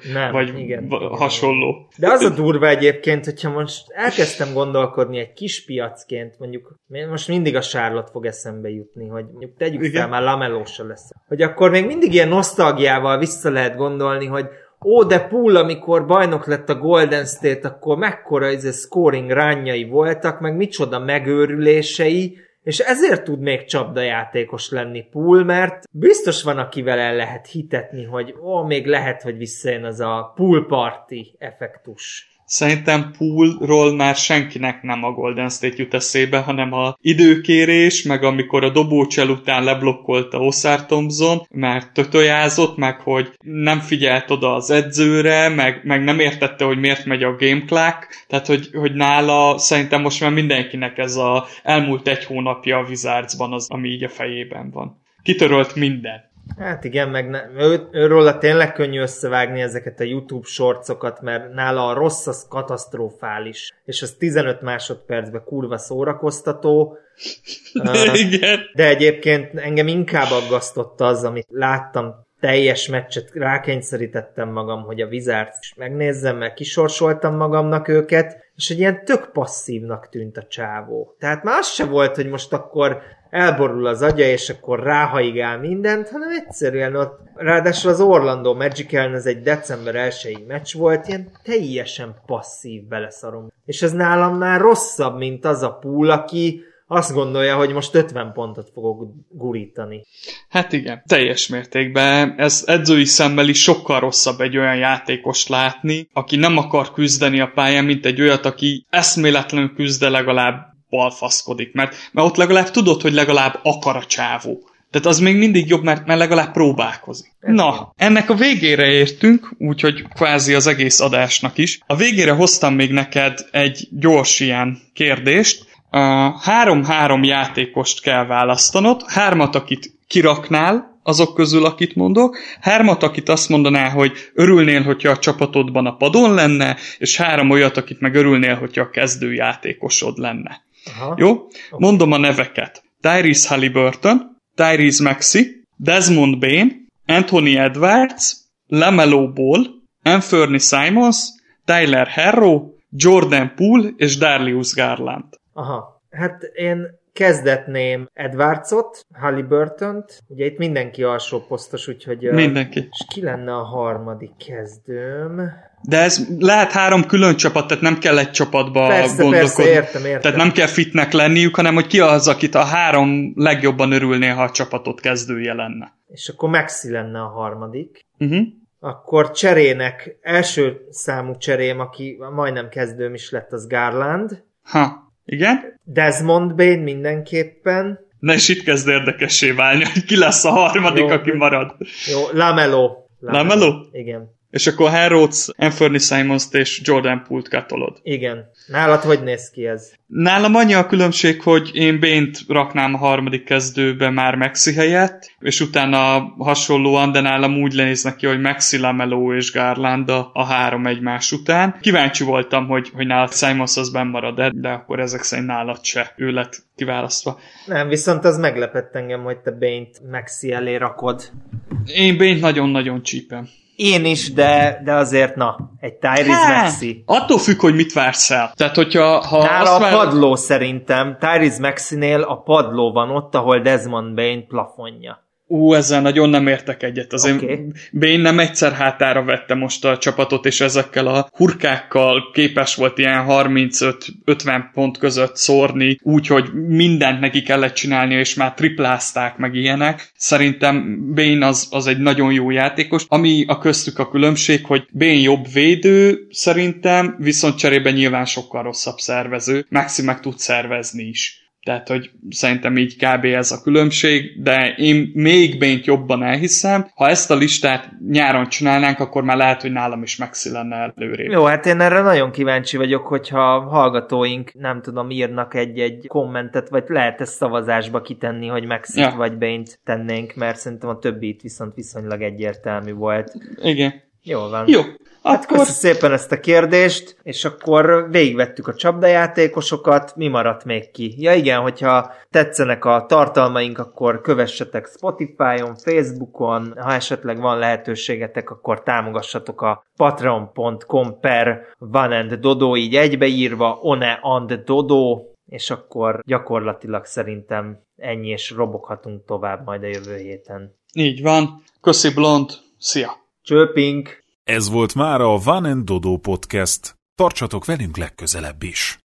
hasonló. De az a durva egyébként, hogyha most elkezdtem gondolkodni egy kis piacként, mondjuk most mindig a Charlotte fog eszembe jutni, hogy mondjuk tegyük fel, már Lamelo se lesz. Hogy akkor még mindig ilyen nosztalgiával vissza lehet gondolni, hogy de Poole, amikor bajnok lett a Golden State, akkor mekkora scoring ránjai voltak, meg micsoda megőrülései, és ezért tud még csapdajátékos lenni Poole, mert biztos van, akivel el lehet hitetni, hogy még lehet, hogy visszajön az a pool party effektus. Szerintem Poole-ról már senkinek nem a Golden State jut eszébe, hanem a időkérés, meg amikor a dobócsel után leblokkolta Oscar Thompson, mert tötöjázott, meg hogy nem figyelt oda az edzőre, meg nem értette, hogy miért megy a game clock, tehát hogy nála szerintem most már mindenkinek ez az elmúlt egy hónapja a Wizardsban az, ami így a fejében van. Kitörölt minden. Hát igen, meg őróla tényleg könnyű összevágni ezeket a YouTube shortsokat, mert nála a rossz az katasztrofális, és az 15 másodpercben kurva szórakoztató. Igen. De egyébként engem inkább aggasztott az, amit láttam teljes meccset rákényszerítettem magam, hogy a Wizards is megnézzem, mert kisorsoltam magamnak őket, és egy ilyen tök passzívnak tűnt a csávó. Tehát már az se volt, hogy most akkor elborul az agya, és akkor ráhaigál mindent, hanem egyszerűen ott, ráadásul az Orlando Magic ellen ez egy december 1-i meccs volt, ilyen teljesen passzív beleszarom. És ez nálamnál rosszabb, mint az a pool, aki azt gondolja, hogy most 50 pontot fogok gurítani. Hát igen, teljes mértékben. Ez edzői szemmel is sokkal rosszabb egy olyan játékost látni, aki nem akar küzdeni a pályán, mint egy olyat, aki eszméletlenül küzd, de legalább balfaszkodik. Mert ott legalább tudod, hogy legalább akar a csávó. Tehát az még mindig jobb, mert legalább próbálkozik. Na, ennek a végére értünk, úgyhogy kvázi az egész adásnak is. A végére hoztam még neked egy gyors ilyen kérdést. 3-3 játékost kell választanod, 3, akit kiraknál, azok közül, akit mondok, 3, akit azt mondanál, hogy örülnél, hogyha a csapatodban a padon lenne, és 3 olyat, akit meg örülnél, hogyha a kezdőjátékosod lenne. Aha. Jó? Okay. Mondom a neveket. Tyrese Haliburton, Tyrese Maxey, Desmond Bane, Anthony Edwards, LaMelo Ball, Anthony Simons, Tyler Herro, Jordan Poole és Darius Garland. Aha, hát én kezdetném Edwardsot, Haliburtont, ugye itt mindenki alsó posztos, úgyhogy... Mindenki. És ki lenne a harmadik kezdőm? De ez lehet 3 külön csapat, tehát nem kell egy csapatba gondolkodni. Persze, értem. Tehát nem kell fitnek lenniük, hanem hogy ki az, akit a 3 legjobban örülnél, ha a csapatot kezdője lenne. És akkor Maxey lenne a harmadik. Akkor cserének, első számú cserém, aki majdnem kezdőm is lett, az Garland. Igen? Desmond Bane mindenképpen. Na és itt kezd érdekessé válni, hogy ki lesz a harmadik, aki marad. Jó, LaMelo. Igen. És akkor Harrods, Anthony Simons-t és Jordan Poole-t katolod. Igen. Nálad hogy néz ki ez? Nálam annyi a különbség, hogy én Bane-t raknám a harmadik kezdőbe már Maxey helyett, és utána hasonlóan, de nálam úgy lenéznek ki, hogy Maxey, LaMelo és Garland a 3 egymás után. Kíváncsi voltam, hogy nálad Simons az benn marad, de akkor ezek szerint nálad se ő lett kiválasztva. Nem, viszont az meglepett engem, hogy te Bane-t Maxey elé rakod. Én Bane-t nagyon-nagyon csípem. Én is, de azért egy Tyrese Maxey. Attól függ, hogy mit vársz el. Tehát, hogyha... Nála a padló szerintem. Tyrese Maxeynél a padló van ott, ahol Desmond Bane plafonja. Ezzel nagyon nem értek egyet. Azért Bane nem egyszer hátára vette most a csapatot, és ezekkel a hurkákkal képes volt ilyen 35-50 pont között szórni, úgyhogy mindent neki kellett csinálnia, és már triplázták meg ilyenek. Szerintem Bane az egy nagyon jó játékos. Ami a köztük a különbség, hogy Bane jobb védő szerintem, viszont cserében nyilván sokkal rosszabb szervező. Maxey meg tud szervezni is. Tehát, hogy szerintem így kb. Ez a különbség, de én még Bane-t jobban elhiszem. Ha ezt a listát nyáron csinálnánk, akkor már lehet, hogy nálam is Maxey lenne előrébb. Jó, hát én erre nagyon kíváncsi vagyok, hogyha hallgatóink, nem tudom, írnak egy kommentet, vagy lehet ezt szavazásba kitenni, hogy Maxey-t vagy Bane-t tennénk, mert szerintem a többi itt viszont viszonylag egyértelmű volt. Igen. Jól van. Jó. Hát köszönöm szépen ezt a kérdést, és akkor végigvettük a csapdajátékosokat, mi maradt még ki? Ja igen, hogyha tetszenek a tartalmaink, akkor kövessetek Spotify-on, Facebookon, ha esetleg van lehetőségetek, akkor támogassatok a patreon.com/OneandDodo, így egybeírva, One&Dodo, és akkor gyakorlatilag szerintem ennyi, és roboghatunk tovább majd a jövő héten. Így van. Köszi Blond. Szia! Csőpink! Ez volt már a One and Dodo Podcast. Tartsatok velünk legközelebb is!